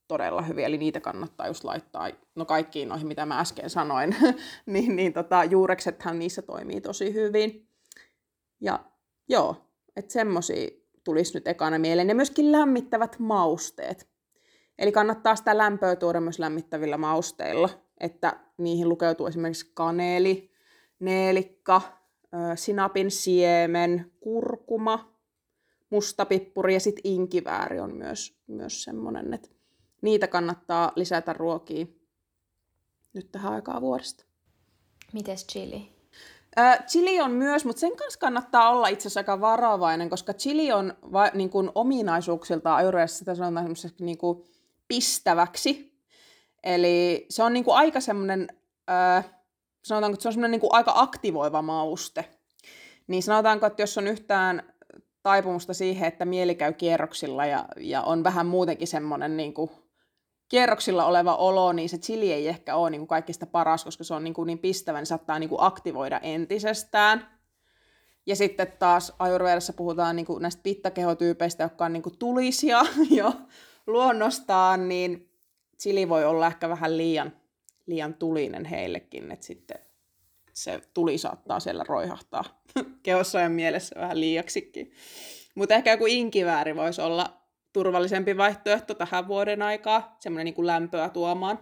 todella hyviä, eli niitä kannattaa just laittaa, no kaikkiin noihin, mitä mä äsken sanoin, niin, niin tota, juureksethan niissä toimii tosi hyvin. Ja joo, että semmosia tulisi nyt ekana mieleen. Ja myöskin lämmittävät mausteet. Eli kannattaa sitä lämpöä tuoda myös lämmittävillä mausteilla, että niihin lukeutuu esimerkiksi kaneeli, neelikka, sinapin siemen, kurkuma, mustapippuri ja sitten inkivääri on myös, myös semmoinen, että niitä kannattaa lisätä ruokiin nyt tähän aikaan vuodesta. Mites chili? Äh, chili on myös, mutta sen kanssa kannattaa olla itse asiassa aika varovainen, koska chili on va, niin kuin ominaisuuksiltaan Ayurvedassa sitä sanotaan semmoiseksi niin kuin pistäväksi. Eli se on niin kuin aika semmoinen, äh, sanotaanko, että se on semmoinen niin kuin aika aktivoiva mauste. Niin sanotaanko, että jos on yhtään taipumusta siihen, että mieli käy kierroksilla ja, ja on vähän muutenkin semmoinen niin kuin kierroksilla oleva olo, niin se chili ei ehkä ole niin kuin kaikista paras, koska se on niin, kuin niin pistävä, niin saattaa niin kuin aktivoida entisestään. Ja sitten taas Ayurvedassa puhutaan niin kuin näistä pittakehotyypeistä, jotka on niin kuin tulisia jo luonnostaan, niin chili voi olla ehkä vähän liian, liian tulinen heillekin, että sitten se tuli saattaa siellä roihahtaa kehossa ja mielessä vähän liiaksikin. Mutta ehkä joku inkivääri voisi olla turvallisempi vaihtoehto tähän vuoden aikaa, semmoinen niin kuin lämpöä tuomaan.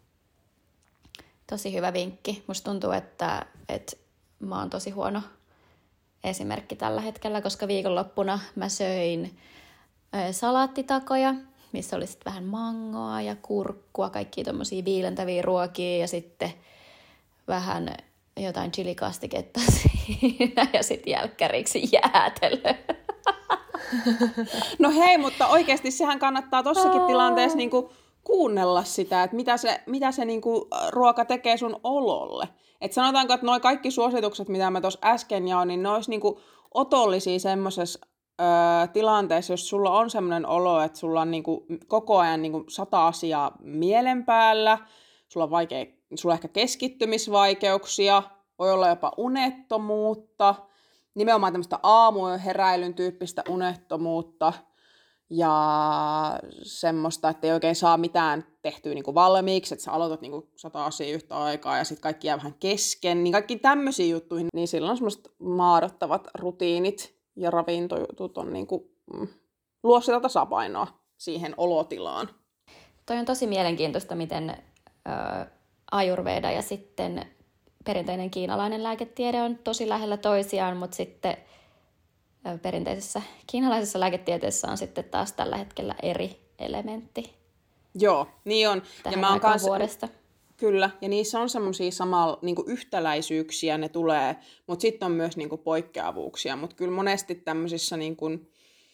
Tosi hyvä vinkki. Musta tuntuu, että, että mä oon tosi huono esimerkki tällä hetkellä, koska viikonloppuna mä söin salaattitakoja, missä oli sitten vähän mangoa ja kurkkua, kaikkia tommosia viilentäviä ruokia ja sitten vähän jotain chilikastiketta siinä ja sitten jälkkäriksi jäätelö. No hei, mutta oikeasti sehän kannattaa tossakin tilanteessa niinku kuunnella sitä, että mitä se, mitä se niinku ruoka tekee sun ololle. Et sanotaanko, että noi kaikki suositukset, mitä mä tuossa äsken jaoin, niin ne olisi niinku otollisia semmoisessa tilanteessa, jos sulla on semmoinen olo, että sulla on niinku koko ajan niinku sata asiaa mielen päällä, sulla on, vaikea, sulla on ehkä keskittymisvaikeuksia, voi olla jopa unettomuutta, nimenomaan tämmöistä aamuheräilyn tyyppistä unettomuutta ja semmoista, että ei oikein saa mitään tehtyä niin kuin valmiiksi, että sä aloitat niin kuin sata asiaa yhtä aikaa ja sitten kaikki jää vähän kesken, niin kaikki tämmöisiin juttuihin, niin silloin semmoiset maadottavat rutiinit ja ravintojutut on niin kuin, mm, luo sitä tasapainoa siihen olotilaan. Toi on tosi mielenkiintoista, miten ö, Ayurveda ja sitten perinteinen kiinalainen lääketiede on tosi lähellä toisiaan, mutta sitten perinteisessä kiinalaisessa lääketieteessä on sitten taas tällä hetkellä eri elementti. Joo, niin on. Tähän ja mä oon kanssa vuodesta. Kyllä, ja niissä on semmoisia samalla niin kuin yhtäläisyyksiä, ne tulee, mutta sitten on myös niin kuin poikkeavuuksia. Mutta kyllä monesti tämmöisissä niin kuin,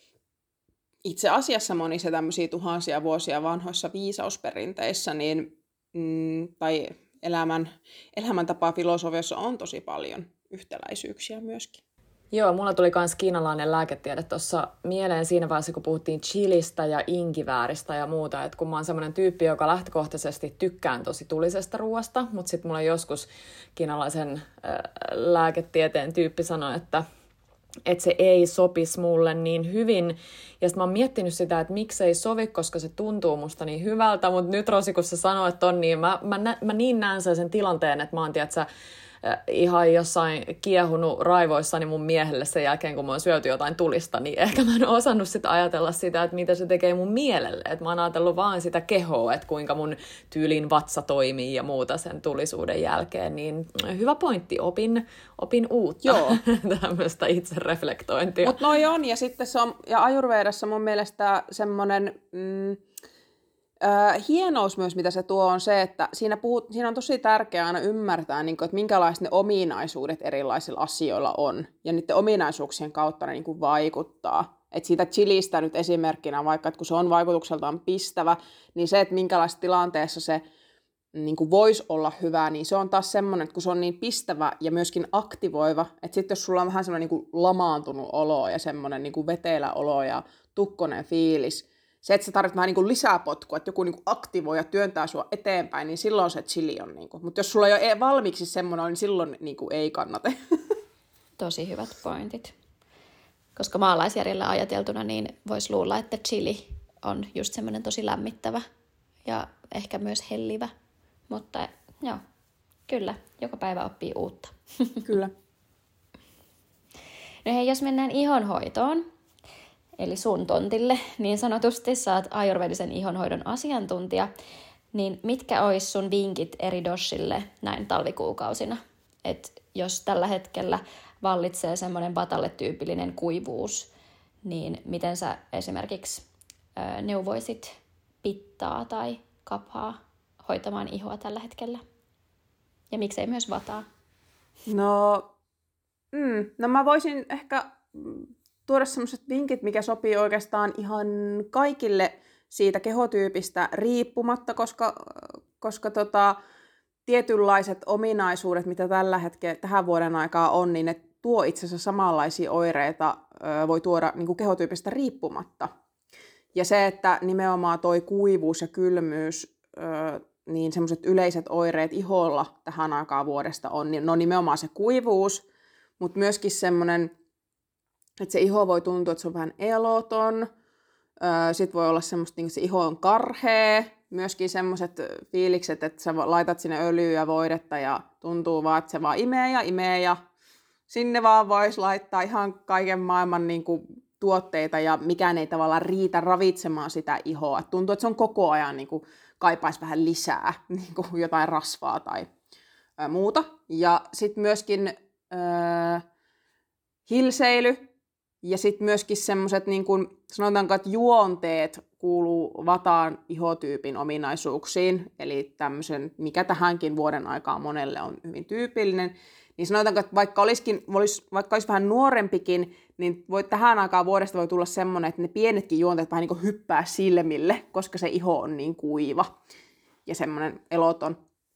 itse asiassa monissa tämmöisiä tuhansia vuosia vanhoissa viisausperinteissä, niin, mm, tai elämän, elämäntapaa filosofiassa on tosi paljon yhtäläisyyksiä myöskin. Joo, mulla tuli myös kiinalainen lääketiede tuossa mieleen siinä vaiheessa, kun puhuttiin chilistä ja inkivääristä ja muuta. Että kun mä oon semmoinen tyyppi, joka lähtökohtaisesti tykkään tosi tulisesta ruoasta, mutta sitten mulla joskus kiinalaisen äh, lääketieteen tyyppi sanoi, että, että se ei sopisi mulle niin hyvin. Ja sitten mä oon miettinyt sitä, että miksi ei sovi, koska se tuntuu musta niin hyvältä. Mutta nyt Rosi, kun sä sanoit on, niin mä, mä, nä, mä niin näen sen tilanteen, että mä oon, tiedätkö, ihan jossain kiehunut raivoissani mun miehelle sen jälkeen, kun mä oon syöty jotain tulista, niin ehkä mä en ole osannut sitä ajatella sitä, että mitä se tekee mun mielelle. Että mä oon ajatellut vaan sitä kehoa, että kuinka mun tyylin vatsa toimii ja muuta sen tulisuuden jälkeen. Niin hyvä pointti, opin, opin uutta. Joo. Tämmöistä itsereflektointia. Mutta noi on, ja sitten se on, ja Ayurvedassa mun mielestä semmoinen Mm, Äh, hienous myös, mitä se tuo, on se, että siinä, puhut, siinä on tosi tärkeää aina ymmärtää, niin kuin, että minkälaiset ne ominaisuudet erilaisilla asioilla on. Ja niiden ominaisuuksien kautta ne niin kuin vaikuttaa. Et siitä chilistä nyt esimerkkinä, vaikka että kun se on vaikutukseltaan pistävä, niin se, että minkälaisessa tilanteessa se niin kuin voisi olla hyvä, niin se on taas semmoinen, että kun se on niin pistävä ja myöskin aktivoiva, että sitten jos sulla on vähän semmoinen niin kuin lamaantunut olo ja semmoinen niin kuin vetelä olo ja tukkonen fiilis, se, että sä tarvitset vähän niin kuin lisää potkua, että joku niin kuin aktivoi ja työntää sua eteenpäin, niin silloin se chili on. Niin kuin. Mutta jos sulla ei ole valmiiksi semmoinen, niin silloin niin kuin ei kannata. Tosi hyvät pointit. Koska maalaisjärjellä ajateltuna, niin voisi luulla, että chili on just semmoinen tosi lämmittävä ja ehkä myös hellivä. Mutta joo, kyllä, joka päivä oppii uutta. Kyllä. No hei, jos mennään ihonhoitoon, eli sun tontille, niin sanotusti sä oot ayurvedisen ihonhoidon asiantuntija, niin mitkä ois sun vinkit eri doshille näin talvikuukausina? Et jos tällä hetkellä vallitsee semmoinen vatalle tyypillinen kuivuus, niin miten sä esimerkiksi ö, neuvoisit pittaa tai kaphaa hoitamaan ihoa tällä hetkellä? Ja miksei myös vataa? No, mm, no mä voisin ehkä tuoda sellaiset vinkit, mikä sopii oikeastaan ihan kaikille siitä kehotyypistä riippumatta, koska, koska tota, tietynlaiset ominaisuudet, mitä tällä hetkellä tähän vuoden aikaa on, niin ne tuo itse asiassa samanlaisia oireita, ö, voi tuoda niin kuin kehotyypistä riippumatta. Ja se, että nimenomaan toi kuivuus ja kylmyys, ö, niin semmoiset yleiset oireet iholla tähän aikaan vuodesta on, niin no nimenomaan se kuivuus, mutta myöskin semmoinen, että se iho voi tuntua, että se on vähän eloton. Sitten voi olla semmoista, että se iho on karhea. Myöskin semmoiset fiilikset, että sä laitat sinne öljyä ja voidetta ja tuntuu vaan, että se vaan imee ja imee ja sinne vaan voisi laittaa ihan kaiken maailman niin kuin tuotteita ja mikään ei tavallaan riitä ravitsemaan sitä ihoa. Tuntuu, että se on koko ajan niin kuin kaipaisi vähän lisää niin kuin jotain rasvaa tai ä, muuta. Ja sitten myöskin äh, hilseily ja sitten myöskin semmoiset, niin kuin sanotaanko, että juonteet kuuluu vataan ihotyypin ominaisuuksiin, eli tämmöisen, mikä tähänkin vuoden aikaan monelle on hyvin tyypillinen, niin sanotaanko, että vaikka, olisikin, olisi, vaikka olisi vähän nuorempikin, niin voi, tähän aikaan vuodesta voi tulla semmoinen, että ne pienetkin juonteet vähän niin kuin hyppää silmille, koska se iho on niin kuiva ja semmoinen eloton.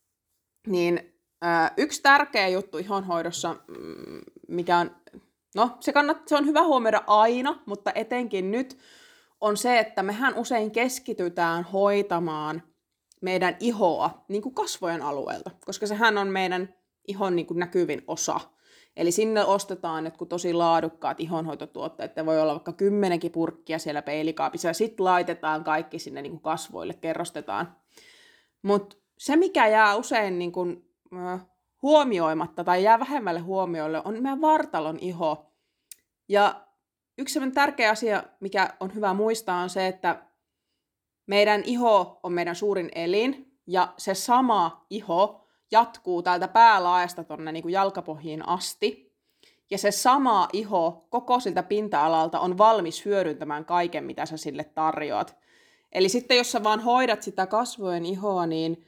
Niin äh, yksi tärkeä juttu ihonhoidossa, mikä on, no se, kannat, se on hyvä huomioida aina, mutta etenkin nyt, on se, että mehän usein keskitytään hoitamaan meidän ihoa niin kuin kasvojen alueelta, koska sehän on meidän ihon niin kuin näkyvin osa. Eli sinne ostetaan jotkut tosi laadukkaat ihonhoitotuotteet, ne voi olla vaikka kymmenenkin purkkia siellä peilikaapissa, ja sitten laitetaan kaikki sinne niin kuin kasvoille, kerrostetaan. Mutta se, mikä jää usein niin kuin, äh, huomioimatta tai jää vähemmälle huomiolle, on meidän vartalon iho. Ja yksi tärkeä asia, mikä on hyvä muistaa, on se, että meidän iho on meidän suurin elin, ja se sama iho jatkuu täältä päälaesta tuonne niin kuin jalkapohjiin asti. Ja se sama iho koko siltä pinta-alalta on valmis hyödyntämään kaiken, mitä sä sille tarjoat. Eli sitten jos sä vaan hoidat sitä kasvojen ihoa, niin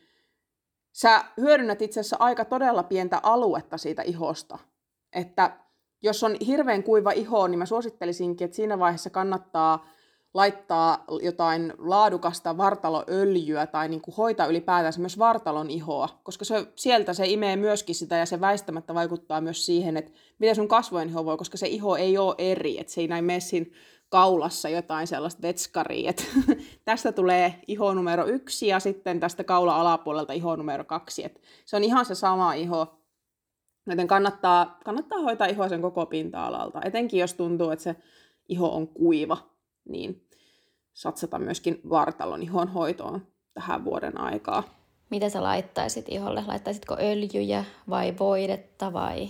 sä hyödynnät itse asiassa aika todella pientä aluetta siitä ihosta. Että jos on hirveän kuiva iho, niin mä suosittelisinkin, että siinä vaiheessa kannattaa laittaa jotain laadukasta vartaloöljyä tai niin kuin hoitaa ylipäätänsä myös vartalon ihoa, koska se, sieltä se imee myöskin sitä ja se väistämättä vaikuttaa myös siihen, että miten sun kasvojen iho voi, koska se iho ei ole eri, että se ei näin mene siinä kaulassa jotain sellaista vetskaria, että tästä tulee iho numero yksi ja sitten tästä kaula alapuolelta iho numero kaksi, että se on ihan se sama iho. Joten kannattaa, kannattaa hoitaa ihoa sen koko pinta-alalta, etenkin jos tuntuu, että se iho on kuiva, niin satsata myöskin vartalon ihon hoitoon tähän vuoden aikaa. Mitä sä laittaisit iholle? Laittaisitko öljyjä vai voidetta vai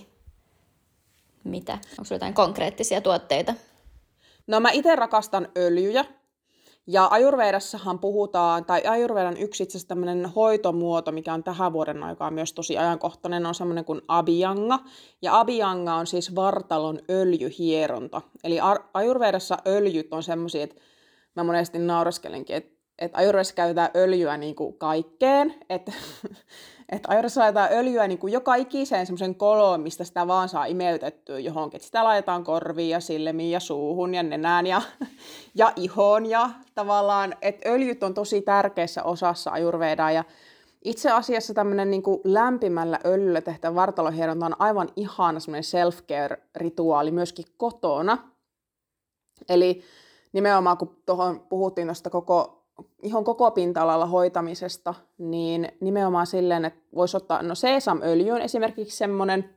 mitä? Onko sulla jotain konkreettisia tuotteita? No mä itse rakastan öljyjä. Ja Ayurvedassahan puhutaan, tai Ayurvedan yksi itse asiassa tämmöinen hoitomuoto, mikä on tähän vuoden aikaan myös tosi ajankohtainen, on semmoinen kuin Abhyanga. Ja Abhyanga on siis vartalon öljyhieronta. Eli Ayurvedassa öljyt on semmoisia, että mä monesti nauraskelenkin, että, että Ayurvedassa käytetään öljyä niin kuin kaikkeen. Että, että Ayurvedassa laitetaan öljyä niin kuin joka ikiseen semmoisen koloon, mistä sitä vaan saa imeytettyä johonkin. Että sitä laitetaan korviin ja silmiin ja suuhun ja nenään ja, ja ihoon. Ja tavallaan, että öljyt on tosi tärkeässä osassa Ayurvedaa. Ja itse asiassa tämmöinen niin kuin lämpimällä öljyllä tehtävä vartalohieronta on aivan ihana semmoinen self-care-rituaali myöskin kotona. Eli nimenomaan kun tuohon puhuttiin tuosta koko, ihon koko pinta-alalla hoitamisesta, niin nimenomaan silleen, että voisi ottaa, no seesamöljy on esimerkiksi semmoinen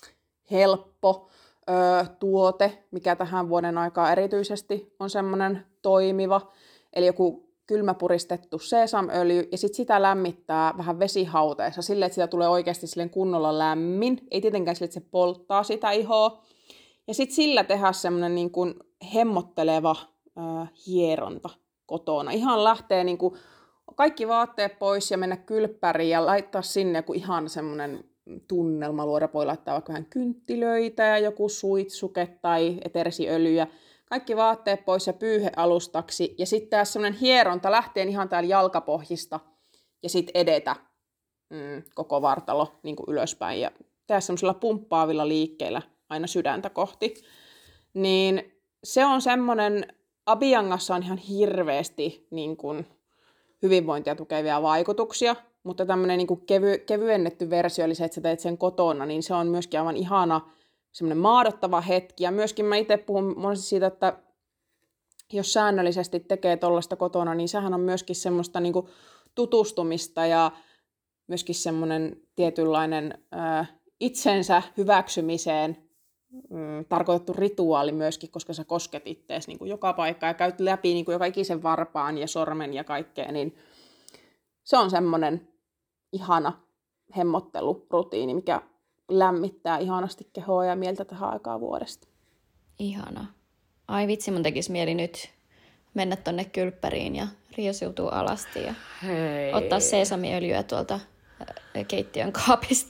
helppo ö, tuote, mikä tähän vuoden aikaa erityisesti on semmoinen toimiva. Eli joku kylmäpuristettu seesamöljy ja sitten sitä lämmittää vähän vesihauteessa silleen, että siitä tulee oikeasti silleen kunnolla lämmin. Ei tietenkään silleen, että se polttaa sitä ihoa. Ja sitten sillä tehdään semmoinen niin kuin hemmotteleva äh, hieronta kotona. Ihan lähtee niin kuin kaikki vaatteet pois ja mennä kylppäriin ja laittaa sinne joku ihan semmoinen tunnelma luoda. Voi laittaa vaikka vähän kynttilöitä ja joku suitsuke tai eterisiöljyjä. Kaikki vaatteet pois ja pyyhe alustaksi. Ja sitten tehdä semmoinen hieronta lähtee ihan täällä jalkapohjista ja sitten edetä mm, koko vartalo niin kuin ylöspäin. Ja tehdä semmoisilla pumppaavilla liikkeillä aina sydäntä kohti. Niin se on semmoinen, Abhyangassa on ihan hirveästi niin kuin hyvinvointia tukevia vaikutuksia, mutta tämmöinen niin kuin kevy, kevyennetty versio, eli se, että sä teet sen kotona, niin se on myöskin aivan ihana semmoinen maadottava hetki. Ja myöskin mä itse puhun monesti siitä, että jos säännöllisesti tekee tollaista kotona, niin sehän on myöskin semmoista niin kuin tutustumista ja myöskin semmoinen tietynlainen ää, itsensä hyväksymiseen mm, tarkoitettu rituaali myöskin, koska sä kosket ittees niin kuin joka paikka ja käyt läpi niin kuin joka ikisen varpaan ja sormen ja kaikkea, niin se on semmoinen ihana hemmottelurutiini, mikä lämmittää ihanasti kehoa ja mieltä tähän aikaan vuodesta. Ihana. Ai vitsi, mun tekisi mieli nyt mennä tonne kylppäriin ja riosiutua alasti ja Hei. ottaa seesamiöljyä tuolta keittiön kaapista.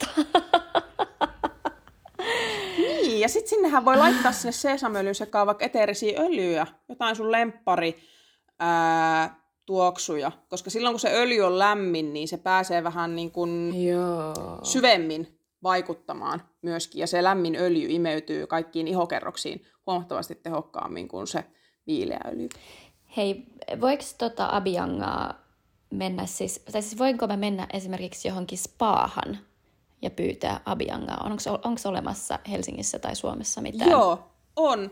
Niin, ja sitten sinnehän voi laittaa sinne seesamöljyyn sekaan vaikka eteerisiä öljyjä, jotain sun lemppari ää, tuoksuja, koska silloin kun se öljy on lämmin, niin se pääsee vähän niin kuin Joo. syvemmin vaikuttamaan myöskin, ja se lämmin öljy imeytyy kaikkiin ihokerroksiin huomattavasti tehokkaammin kuin se viileä öljy. Hei, voiko tota Abhyangaa mennä siis, tai siis voinko mä mennä esimerkiksi johonkin spaahan ja pyytää Abhyangaa? Onko olemassa Helsingissä tai Suomessa mitään? Joo, on.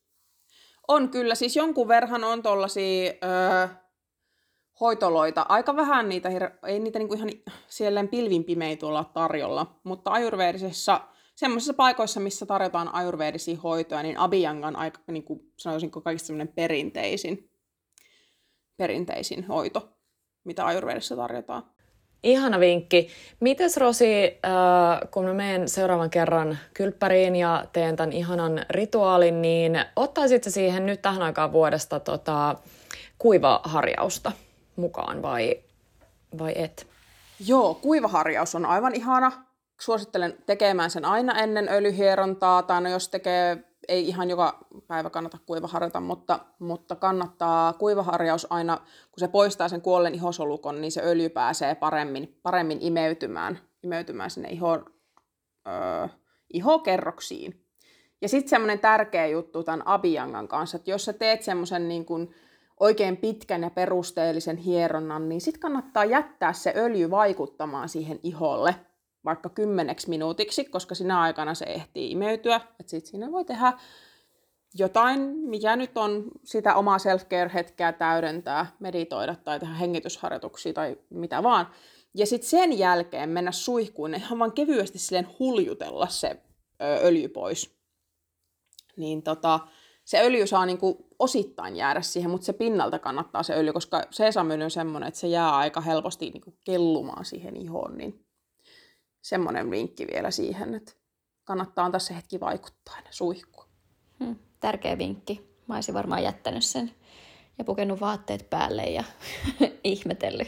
On kyllä, siis jonkun verran on tollaisia öö, hoitoloita. Aika vähän niitä, ei niitä niinku ihan siellä pilvin pimein tuolla tarjolla, mutta ajurveedisessa, semmoisissa paikoissa, missä tarjotaan ajurveedisia hoitoja, niin Abhyanga on aika, niin kuin sanoisinko, kaikista semmoinen perinteisin, perinteisin hoito, mitä ajurveedissa tarjotaan. Ihana vinkki. Mites Rosi, äh, kun mä menen seuraavan kerran kylppäriin ja teen tämän ihanan rituaalin, niin ottaisitko siihen nyt tähän aikaan vuodesta tota, kuivaharjausta mukaan vai, vai et? Joo, kuivaharjaus on aivan ihana. Suosittelen tekemään sen aina ennen öljyhierontaa, tai no jos tekee, ei ihan joka päivä kannata kuivaharjata, mutta, mutta kannattaa kuivaharjaus aina, kun se poistaa sen kuolleen ihosolukon, niin se öljy pääsee paremmin, paremmin imeytymään, imeytymään sinne iho, öö, ihokerroksiin. Ja sitten semmoinen tärkeä juttu tämän Abhyangan kanssa, että jos sä teet semmoisen niin kuin oikein pitkän ja perusteellisen hieronnan, niin sitten kannattaa jättää se öljy vaikuttamaan siihen iholle vaikka kymmeneksi minuutiksi, koska sinä aikana se ehtii imeytyä. Sitten siinä voi tehdä jotain, mikä nyt on sitä omaa self-care-hetkeä täydentää, meditoida tai tehdä hengitysharjoituksia tai mitä vaan. Ja sitten sen jälkeen mennä suihkuun ja ihan vaan kevyesti silleen huljutella se ö, öljy pois. Niin tota, se öljy saa niinku osittain jäädä siihen, mutta se pinnalta kannattaa se öljy, koska seesamöljy on semmoinen, että se jää aika helposti niinku kellumaan siihen ihoon, niin semmoinen vinkki vielä siihen, että kannattaa antaa se hetki vaikuttaa ennen suihkua. Hmm, tärkeä vinkki. Mä olisin varmaan jättänyt sen ja pukenut vaatteet päälle ja ihmetellyt.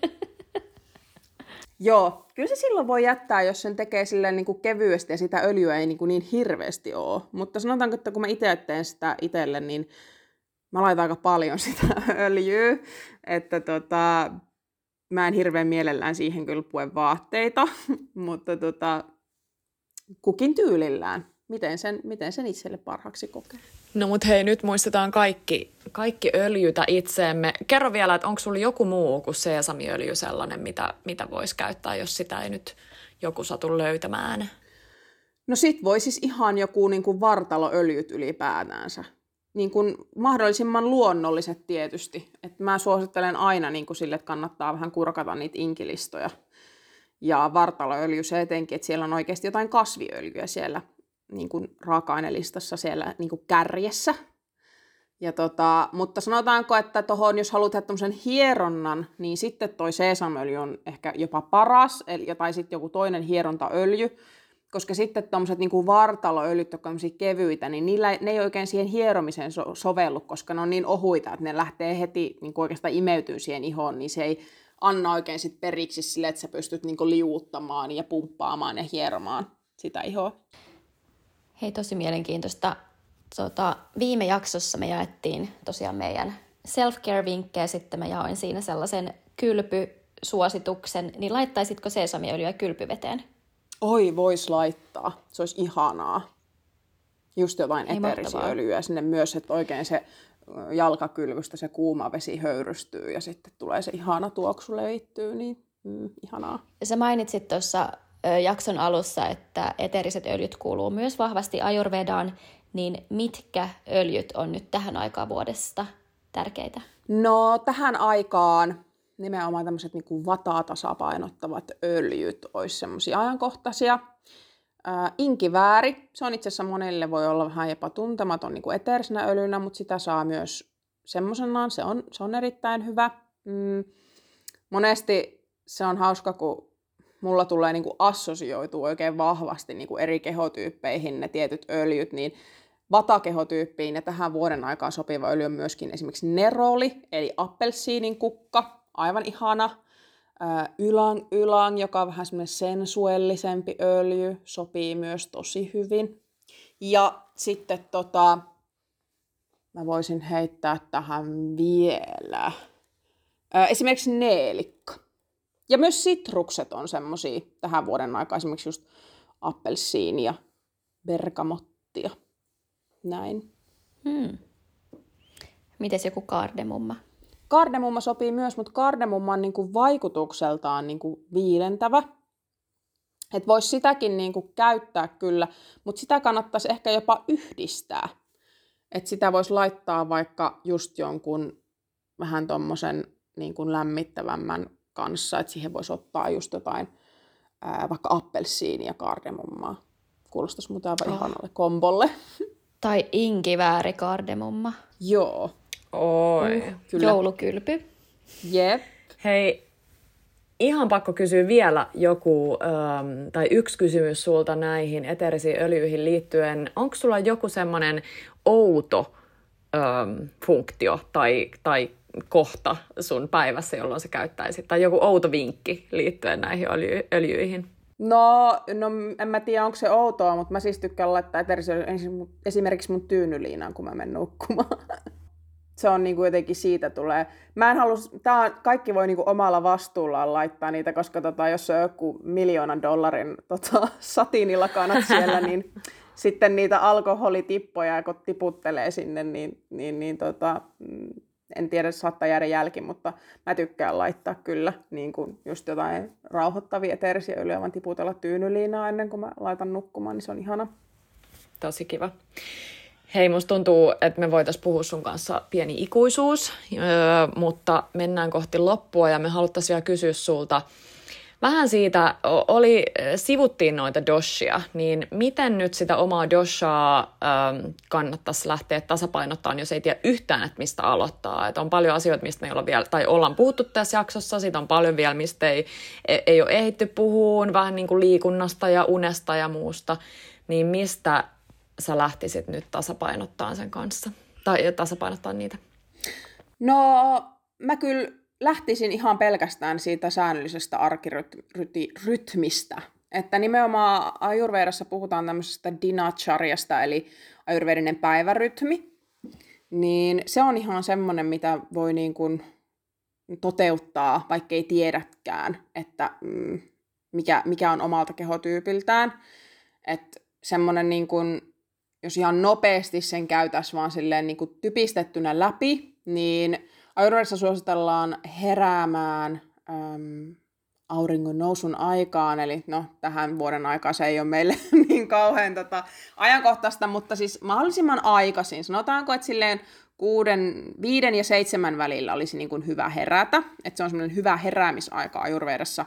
Joo, kyllä se silloin voi jättää, jos sen tekee silleen niin kuin kevyesti ja sitä öljyä ei niin, kuin niin hirveästi ole. Mutta sanotaanko, että kun mä itse teen sitä itselle, niin mä laitan aika paljon sitä öljyä, että tota, mä en hirveän mielellään siihen kyllä pue vaatteita, mutta tota, kukin tyylillään. Miten sen, miten sen itselle parhaaksi kokee. No mut hei, nyt muistetaan kaikki, kaikki öljytä itseemme. Kerro vielä, että onko sulla joku muu kuin seesamiöljy sellainen, mitä, mitä voisi käyttää, jos sitä ei nyt joku satu löytämään? No sit voi siis ihan joku niin kuin vartaloöljyt ylipäätänsä. Niin kuin mahdollisimman luonnolliset tietysti. Et mä suosittelen aina niin kuin sille, että kannattaa vähän kurkata niitä inkilistoja. Ja vartaloöljy se etenkin, että siellä on oikeasti jotain kasviöljyä siellä niin kuin raaka-ainelistassa siellä niin kuin kärjessä. Ja tota, mutta sanotaanko, että tohon, jos haluat tehdä tämmöisen hieronnan, niin sitten toi seesamöljy on ehkä jopa paras, eli, tai sitten joku toinen hierontaöljy, koska sitten tuommoiset niinku vartaloöljyt, jotka on kevyitä, niin niillä, ne ei oikein siihen hieromiseen so- sovellu, koska ne on niin ohuita, että ne lähtee heti niinku oikeastaan imeytyy siihen ihoon, niin se ei anna oikein sit periksi sille, että sä pystyt niinku liuuttamaan ja pumppaamaan ja hieromaan sitä ihoa. Hei, tosi mielenkiintoista. Tota, viime jaksossa me jaettiin tosiaan meidän self-care-vinkkejä, sitten mä jaoin siinä sellaisen kylpysuosituksen, niin laittaisitko seesamiöljyä kylpyveteen? Oi, vois laittaa. Se olisi ihanaa. Just jotain Ei, eteerisiä mahtavaa. öljyä sinne myös, että oikein se jalkakylvystä se kuuma vesi höyrystyy ja sitten tulee se ihana tuoksu levittyy, niin mm, ihanaa. Sä mainitsit tuossa ö, jakson alussa, että eteeriset öljyt kuuluu myös vahvasti Ayurvedaan, niin mitkä öljyt on nyt tähän aikaan vuodesta tärkeitä? No tähän aikaan nimenomaan tämmöiset niin vataa tasapainottavat öljyt olisi semmoisia ajankohtaisia. Ää, inkivääri, se on itse asiassa monelle voi olla vähän jopa tuntematon niin kuin eteerisenä öljynä, mutta sitä saa myös semmoisenaan, se on, se on erittäin hyvä. Mm, monesti se on hauska, kun mulla tulee niin kuin assosioitua oikein vahvasti niin kuin eri kehotyyppeihin ne tietyt öljyt, niin vatakehotyyppiin ja tähän vuoden aikaan sopiva öljy on myöskin esimerkiksi neroli, eli appelsiinin kukka, aivan ihana. Ylang, ylang, joka on vähän semmoinen sensuellisempi öljy, sopii myös tosi hyvin. Ja sitten tota, mä voisin heittää tähän vielä ää, esimerkiksi neelikka. Ja myös sitrukset on semmosia tähän vuoden aikaan, esimerkiksi just appelsiinia, bergamottia, näin. Hmm. Mites joku kardemumma? Kardemumma sopii myös, mutta kardemumma on niinku vaikutukseltaan niinku viilentävä. Että voisi sitäkin niinku käyttää kyllä, mutta sitä kannattaisi ehkä jopa yhdistää. Että sitä voisi laittaa vaikka just jonkun vähän tommosen niinku lämmittävämmän kanssa, että siihen voisi ottaa just jotain ää, vaikka appelsiinia ja kardemummaa. Kuulostaisi muuten aivan Oh. ihanalle kombolle. Tai inkivääri kardemumma. Joo, Oi. kyllä. Joulukylpy. Jep. Hei, ihan pakko kysyä vielä joku, ähm, tai yksi kysymys sulta näihin eteerisiin öljyihin liittyen. Onko sulla joku semmoinen outo ähm, funktio tai, tai kohta sun päivässä, jolloin sä käyttäisit, tai joku outo vinkki liittyen näihin öljy- öljyihin? No, no, en mä tiedä, onko se outoa, mutta mä siis tykkään laittaa eteerisiä esimerkiksi mun tyynyliinaan, kun mä menen nukkumaan. Se on niinku jotenkin siitä tulee. Mä en halua, tää on, kaikki voi niinku omalla vastuullaan laittaa niitä, koska tota, jos on joku miljoonan dollarin tota, satiinilakanat siellä, niin sitten niitä alkoholitippoja, kun tiputtelee sinne, niin, niin, niin tota, en tiedä, saattaa jäädä jälki, mutta mä tykkään laittaa kyllä niin kuin just jotain rauhoittavia eteerisiä öljyjä, vaan tiputella tyynyliinaa ennen kuin mä laitan nukkumaan, niin se on ihana. Tosi kiva. Hei, musta tuntuu, että me voitaisiin puhua sun kanssa pieni ikuisuus, öö, mutta mennään kohti loppua ja me haluttaisiin vielä kysyä sulta vähän siitä, oli, sivuttiin noita doshia, niin miten nyt sitä omaa doshaa ähm, kannattaisi lähteä tasapainottaa, jos ei tiedä yhtään, että mistä aloittaa. Et on paljon asioita, mistä me ei olla vielä, tai ollaan puhuttu tässä jaksossa, siitä on paljon vielä, mistä ei, ei ole ehditty puhuun, vähän niin kuin liikunnasta ja unesta ja muusta, niin mistä sä lähtisit nyt tasapainottaa sen kanssa, tai tasapainottaa niitä? No, mä kyllä lähtisin ihan pelkästään siitä säännöllisestä arkirytmistä. Että nimenomaan Ayurvedassa puhutaan tämmöisestä dinacharyasta, eli ayurvedinen päivärytmi. Niin se on ihan semmoinen, mitä voi niin kuin toteuttaa, vaikka ei tiedäkään, että mm, mikä, mikä on omalta kehotyypiltään. Että semmoinen, niin kuin, jos ihan nopeasti sen käytäisiin vaan silleen niin kuin typistettynä läpi, niin Ayurvedassa suositellaan heräämään äm, auringon nousun aikaan, eli no tähän vuoden aikaan se ei ole meille niin kauhean tota, ajankohtaista, mutta siis mahdollisimman aikaisin. Sanotaanko, että silleen kuuden, viiden ja seitsemän välillä olisi niin kuin hyvä herätä, että se on semmoinen hyvä heräämisaika Ayurvedassa.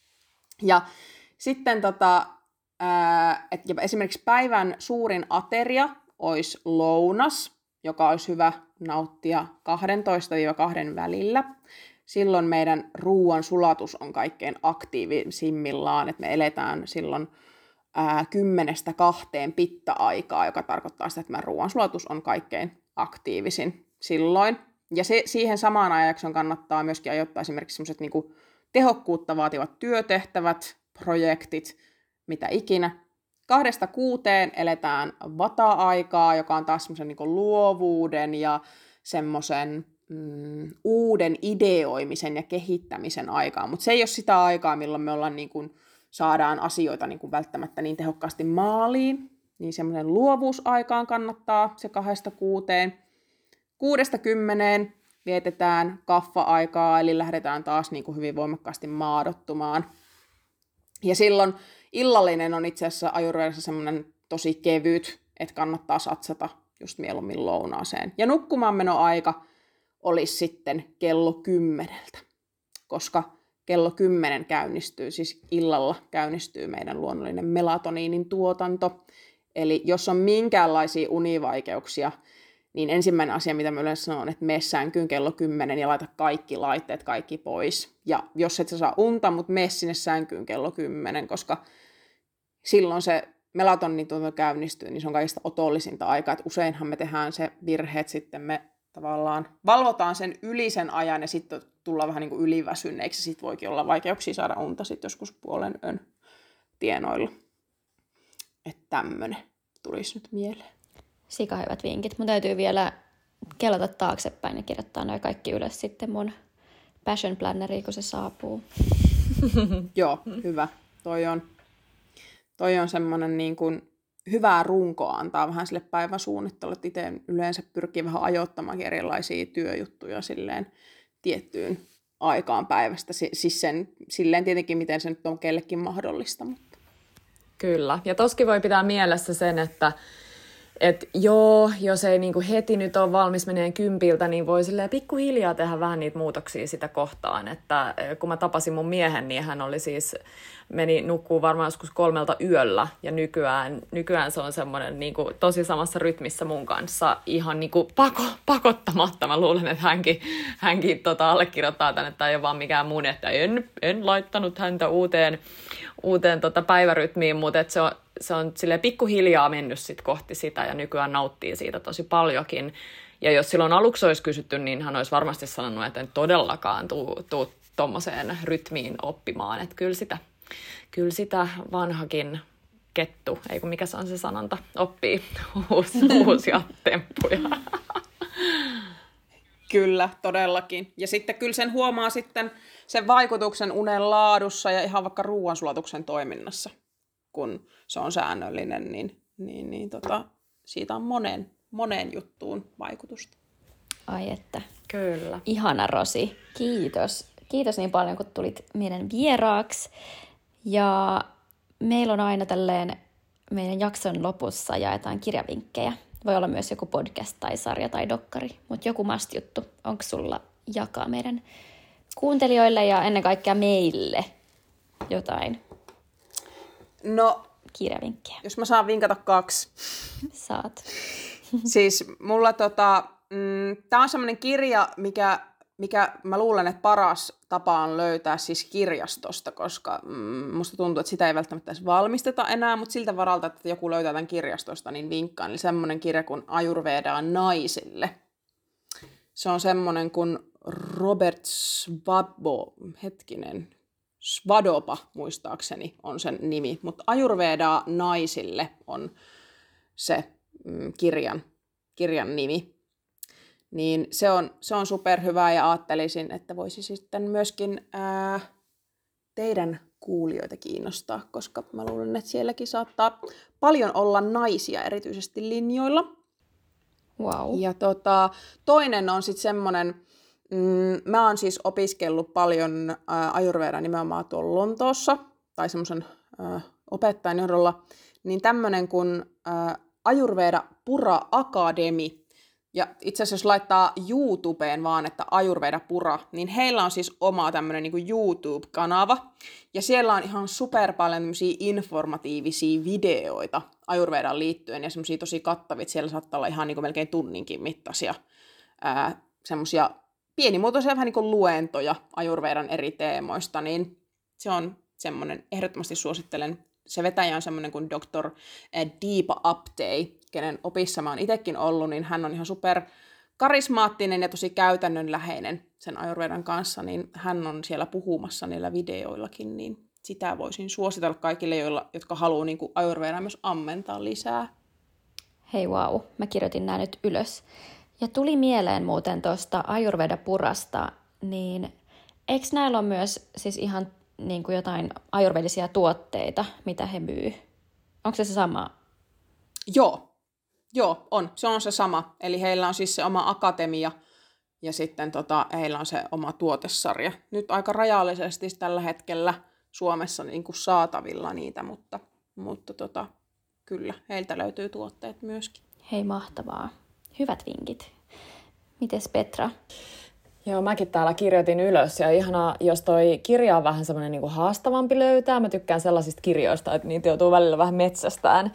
Ja sitten tota, ää, että esimerkiksi päivän suurin ateria olisi lounas, joka olisi hyvä nauttia kaksitoista kahden välillä. Silloin meidän ruoan sulatus on kaikkein aktiivisimmillaan, että me eletään silloin ää, kymmenestä kahteen pitta-aikaa, joka tarkoittaa sitä, että meidän ruoan sulatus on kaikkein aktiivisin silloin. Ja se, siihen samaan ajanjaksoon kannattaa myöskin ajoittaa esimerkiksi sellaiset niin kuin tehokkuutta vaativat työtehtävät, projektit, mitä ikinä. Kahdesta kuuteen eletään vata-aikaa, joka on taas semmoisen niin kuin luovuuden ja semmoisen mm, uuden ideoimisen ja kehittämisen aikaa. Mutta se ei ole sitä aikaa, milloin me ollaan niin kuin, saadaan asioita niin kuin välttämättä niin tehokkaasti maaliin. Niin semmoinen luovuusaikaan kannattaa se kahdesta kuuteen. Kuudesta kymmeneen vietetään kaffa-aikaa, eli lähdetään taas niin kuin hyvin voimakkaasti maadottumaan. Ja silloin illallinen on itse asiassa Ayurvedassa semmoinen tosi kevyt, että kannattaa satsata just mieluummin lounaaseen. Ja nukkumaanmenoaika olisi sitten kello kymmeneltä, koska kello kymmenen käynnistyy, siis illalla käynnistyy meidän luonnollinen melatoniinin tuotanto. Eli jos on minkäänlaisia univaikeuksia, niin ensimmäinen asia, mitä mä yleensä sanon, on, että mene sänkyyn kello kymmenen ja laita kaikki laitteet kaikki pois. Ja jos et sä saa unta, mutta mene sinne sänkyyn kello kymmenen, koska silloin se melatonin tuotanto käynnistyy, niin se on kaikista otollisinta aikaa. Että useinhan me tehdään se virhe, että sitten me tavallaan valvotaan sen yli sen ajan ja sitten tullaan vähän niin kuin yliväsyneeksi. Sitten voikin olla vaikeuksia saada unta sitten joskus puolen yön tienoilla. Että tämmöinen tulisi nyt mieleen. Sika hyvät vinkit. Mun täytyy vielä kelata taaksepäin ja kirjoittaa nämä kaikki ylös sitten mun passion planneriin, kun se saapuu. Joo, hyvä. Toi on, toi on semmoinen niin kuin hyvää runkoa antaa vähän sille päiväsuunnittelulle. Itse yleensä pyrkii vähän ajoittamaan erilaisia työjuttuja silleen tiettyyn aikaan päivästä. Siis sen, silleen tietenkin, miten se nyt on kellekin mahdollista. Mutta. Kyllä. Ja toskin voi pitää mielessä sen, että et joo, jos ei niinku heti nyt ole valmis meneen kympiltä, niin voi silleen pikkuhiljaa tehdä vähän niitä muutoksia sitä kohtaan. Että kun mä tapasin mun miehen, niin hän oli siis, meni nukkuu varmaan joskus kolmelta yöllä. Ja nykyään, nykyään se on semmoinen niinku tosi samassa rytmissä mun kanssa ihan niinku pako, pakottamatta. Mä luulen, että hänkin, hänkin tota allekirjoittaa tänne, että ei ole vaan mikään mun, että en, en laittanut häntä uuteen, uuteen tota päivärytmiin, mutta se on, se on silleen pikkuhiljaa mennyt sit kohti sitä ja nykyään nauttii siitä tosi paljonkin. Ja jos silloin aluksi olisi kysytty, niin hän olisi varmasti sanonut, että en todellakaan tuu, tuu tommoseen rytmiin oppimaan. Että kyllä sitä, kyllä sitä vanhakin kettu, ei kun mikä se on se sanonta, oppii uusia, uusia temppuja. Kyllä, todellakin. Ja sitten kyllä sen huomaa sitten sen vaikutuksen unen laadussa ja ihan vaikka ruoansulatuksen toiminnassa, kun se on säännöllinen, niin, niin, niin tota, siitä on moneen, moneen juttuun vaikutusta. Ai että. Kyllä. Ihana Rosi. Kiitos. Kiitos niin paljon, kun tulit meidän vieraaksi. Ja meillä on aina tälleen meidän jakson lopussa jaetaan kirjavinkkejä. Voi olla myös joku podcast tai sarja tai dokkari, mutta joku must-juttu. Onko sulla jakaa meidän kuuntelijoille ja ennen kaikkea meille jotain No, kirjavinkkejä? jos mä saan vinkata kaksi. Saat. Siis mulla tota, mm, tää on semmoinen kirja, mikä, mikä mä luulen, että paras tapa on löytää siis kirjastosta, koska mm, musta tuntuu, että sitä ei välttämättä edes valmisteta enää, mutta siltä varalta, että joku löytää tämän kirjastosta, niin vinkkaan. Eli semmoinen kirja kuin Ayurveda naisille. Se on semmoinen kuin Robert Svabo, hetkinen, Svadopa muistaakseni on sen nimi, mutta Ayurveda naisille on se mm, kirjan, kirjan nimi. Niin se on, se on superhyvä ja ajattelisin, että voisi sitten myöskin ää, teidän kuulijoita kiinnostaa, koska mä luulen, että sielläkin saattaa paljon olla naisia erityisesti linjoilla. Wow. Ja tota, toinen on sitten semmoinen, mm, mä oon siis opiskellut paljon ää, Ayurvedaa nimenomaan tuolla Lontoossa, tai semmoisen ää, opettajan johdolla, niin tämmöinen kuin ää, Ayurveda Pura Academy, Ja itse asiassa jos laittaa YouTubeen vaan, että Ayurveda Pura, niin heillä on siis oma tämmöinen niin kuin YouTube-kanava. Ja siellä on ihan super paljon tämmöisiä informatiivisia videoita Ayurvedaan liittyen ja semmoisia tosi kattavia. Siellä saattaa olla ihan niin kuin melkein tunninkin mittaisia ää, semmoisia pienimuotoisia vähän niin kuin luentoja Ayurvedan eri teemoista. Niin se on semmoinen, ehdottomasti suosittelen. Se vetäjä on semmoinen kuin doktor Deepa Apte, kenen opissa mä oon itsekin ollut, niin hän on ihan super karismaattinen ja tosi käytännönläheinen sen Ayurvedan kanssa, niin hän on siellä puhumassa niillä videoillakin, niin sitä voisin suositella kaikille, joilla, jotka haluaa niin Ayurvedaa myös ammentaa lisää. Hei vau, wow. Mä kirjoitin nämä nyt ylös. Ja tuli mieleen muuten tuosta Ayurveda Purasta, niin eikö näillä ole myös siis ihan niin kuin jotain ayurvedisia tuotteita, mitä he myy? Onko se se sama? Joo, joo, on. Se on se sama. Eli heillä on siis se oma akatemia ja sitten tota, heillä on se oma tuotesarja. Nyt aika rajallisesti tällä hetkellä Suomessa niin kuin saatavilla niitä, mutta, mutta tota, kyllä, heiltä löytyy tuotteet myöskin. Hei, mahtavaa. Hyvät vinkit. Mites Petra? Joo, mäkin täällä kirjoitin ylös ja ihanaa, jos toi kirja on vähän semmoinen niinku haastavampi löytää. Mä tykkään sellaisista kirjoista, että niitä joutuu välillä vähän metsästään.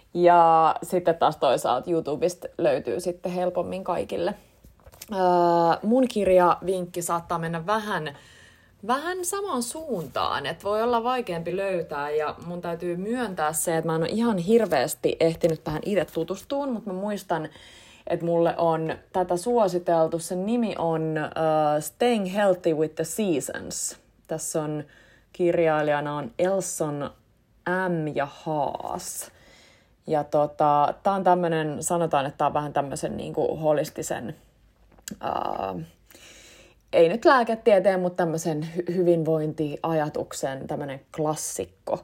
Ja sitten taas toisaalta YouTubesta löytyy sitten helpommin kaikille. Öö, mun kirjavinkki saattaa mennä vähän, vähän samaan suuntaan, että voi olla vaikeampi löytää ja mun täytyy myöntää se, että mä en ole ihan hirveästi ehtinyt tähän itse tutustumaan, mutta mä muistan, että mulle on tätä suositeltu. Sen nimi on uh, Staying Healthy with the Seasons. Tässä on kirjailijana on Elson M. ja Haas. Ja tota, tää on tämmönen, sanotaan, että tää on vähän tämmöisen niinku holistisen, uh, ei nyt lääketieteen, mutta tämmöisen hy- hyvinvointiajatuksen tämmönen klassikko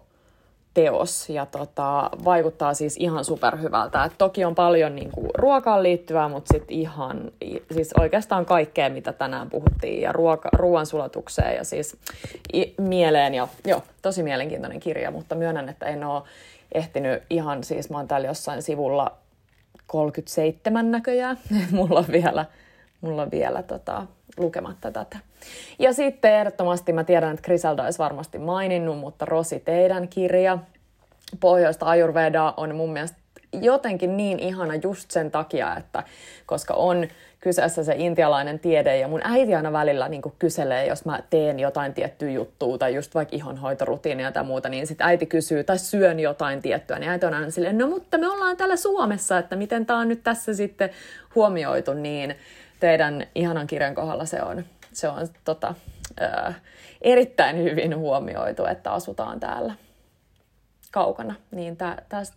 teos ja tota, vaikuttaa siis ihan superhyvältä. Et toki on paljon niinku ruokaan liittyvää, mutta sit ihan, siis oikeastaan kaikkea, mitä tänään puhuttiin ja ruoka, ruoansulatukseen ja siis i, mieleen ja joo, tosi mielenkiintoinen kirja, mutta myönnän, että en ole ehtinyt ihan, siis mä oon täällä jossain sivulla kolmekymmentäseitsemän näköjään, mulla on vielä, mulla on vielä tota, lukematta tätä. Ja sitten ehdottomasti mä tiedän, että Griselda olisi varmasti maininnut, mutta Rosi, teidän kirja Pohjoista Ayurvedaa on mun mielestä jotenkin niin ihana just sen takia, että koska on kyseessä se intialainen tiede ja mun äiti aina välillä niin kuin kyselee, jos mä teen jotain tiettyä juttua tai just vaikka ihonhoitorutiinia tai muuta, niin sit äiti kysyy tai syön jotain tiettyä, niin äiti on aina silleen, no mutta me ollaan täällä Suomessa, että miten tää on nyt tässä sitten huomioitu, niin teidän ihanan kirjan kohdalla se on, se on tota, ää, erittäin hyvin huomioitu, että asutaan täällä kaukana, niin tä, tästä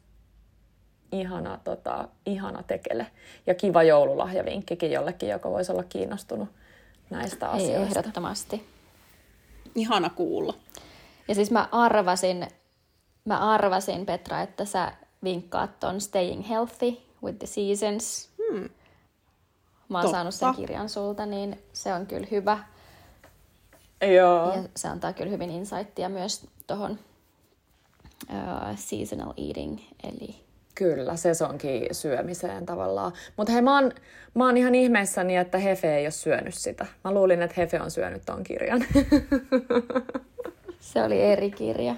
ihana, tota, ihana tekele. Ja kiva joululahjavinkkikin jollekin, joka voisi olla kiinnostunut näistä Ei, asioista. ehdottomasti. Ihana kuulla. Ja siis mä arvasin, mä arvasin Petra, että sä vinkkaat ton Staying Healthy with the Seasons. Hmm. Mä oon Totta. saanut sen kirjan sulta, niin se on kyllä hyvä. Joo. Ja se antaa kyllä hyvin insightia myös tohon uh, seasonal eating, eli Kyllä, sesonkin syömiseen tavallaan. Mutta hei, mä oon, mä oon ihan ihmeissäni, että Hefe ei ole syönyt sitä. Mä luulin, että Hefe on syönyt ton kirjan. se oli eri kirja.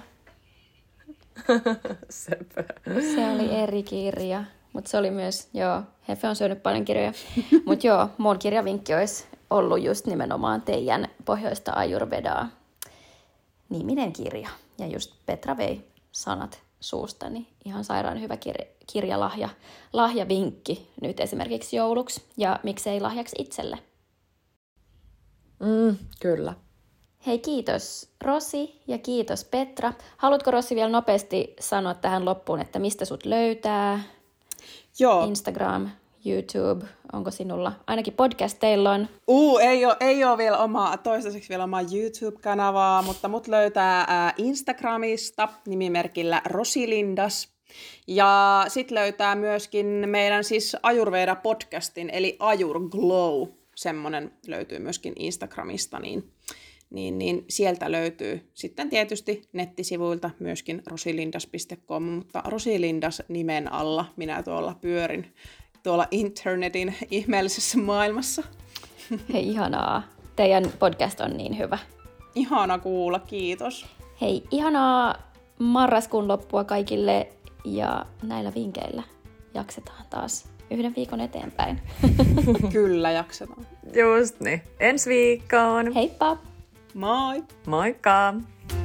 Sepä. Se oli eri kirja, mutta se oli myös, joo, Hefe on syönyt paljon kirjoja. Mutta joo, mun kirjavinkki olisi ollut just nimenomaan teidän Pohjoista Ayurvedaa niminen kirja. Ja just Petra vei sanat suustani. Ihan sairaan hyvä kir- kirjalahja, lahjavinkki nyt esimerkiksi jouluksi ja miksei lahjaksi itselle. Mm, kyllä. Hei, kiitos Rosi ja kiitos Petra. Haluatko Rosi vielä nopeasti sanoa tähän loppuun, että mistä sut löytää? Joo. Instagram, YouTube, onko sinulla? Ainakin podcasteilla on. Uu, ei ole, ei ole vielä omaa, toistaiseksi vielä omaa YouTube-kanavaa, mutta mut löytää ää, Instagramista nimimerkillä Rosilindas. Ja sit löytää myöskin meidän siis Ayurveda-podcastin, eli Ayur Glow, semmonen löytyy myöskin Instagramista, niin, niin, niin sieltä löytyy sitten tietysti nettisivuilta myöskin rosilindas piste com, mutta Rosilindas nimen alla minä tuolla pyörin tuolla internetin ihmeellisessä maailmassa. Hei, ihanaa. Teidän podcast on niin hyvä. Ihana kuulla, kiitos. Hei, ihanaa marraskuun loppua kaikille ja näillä vinkkeillä jaksetaan taas yhden viikon eteenpäin. Kyllä jaksetaan. Just niin. Ensi viikkoon. Heippa! Moi! Moikka!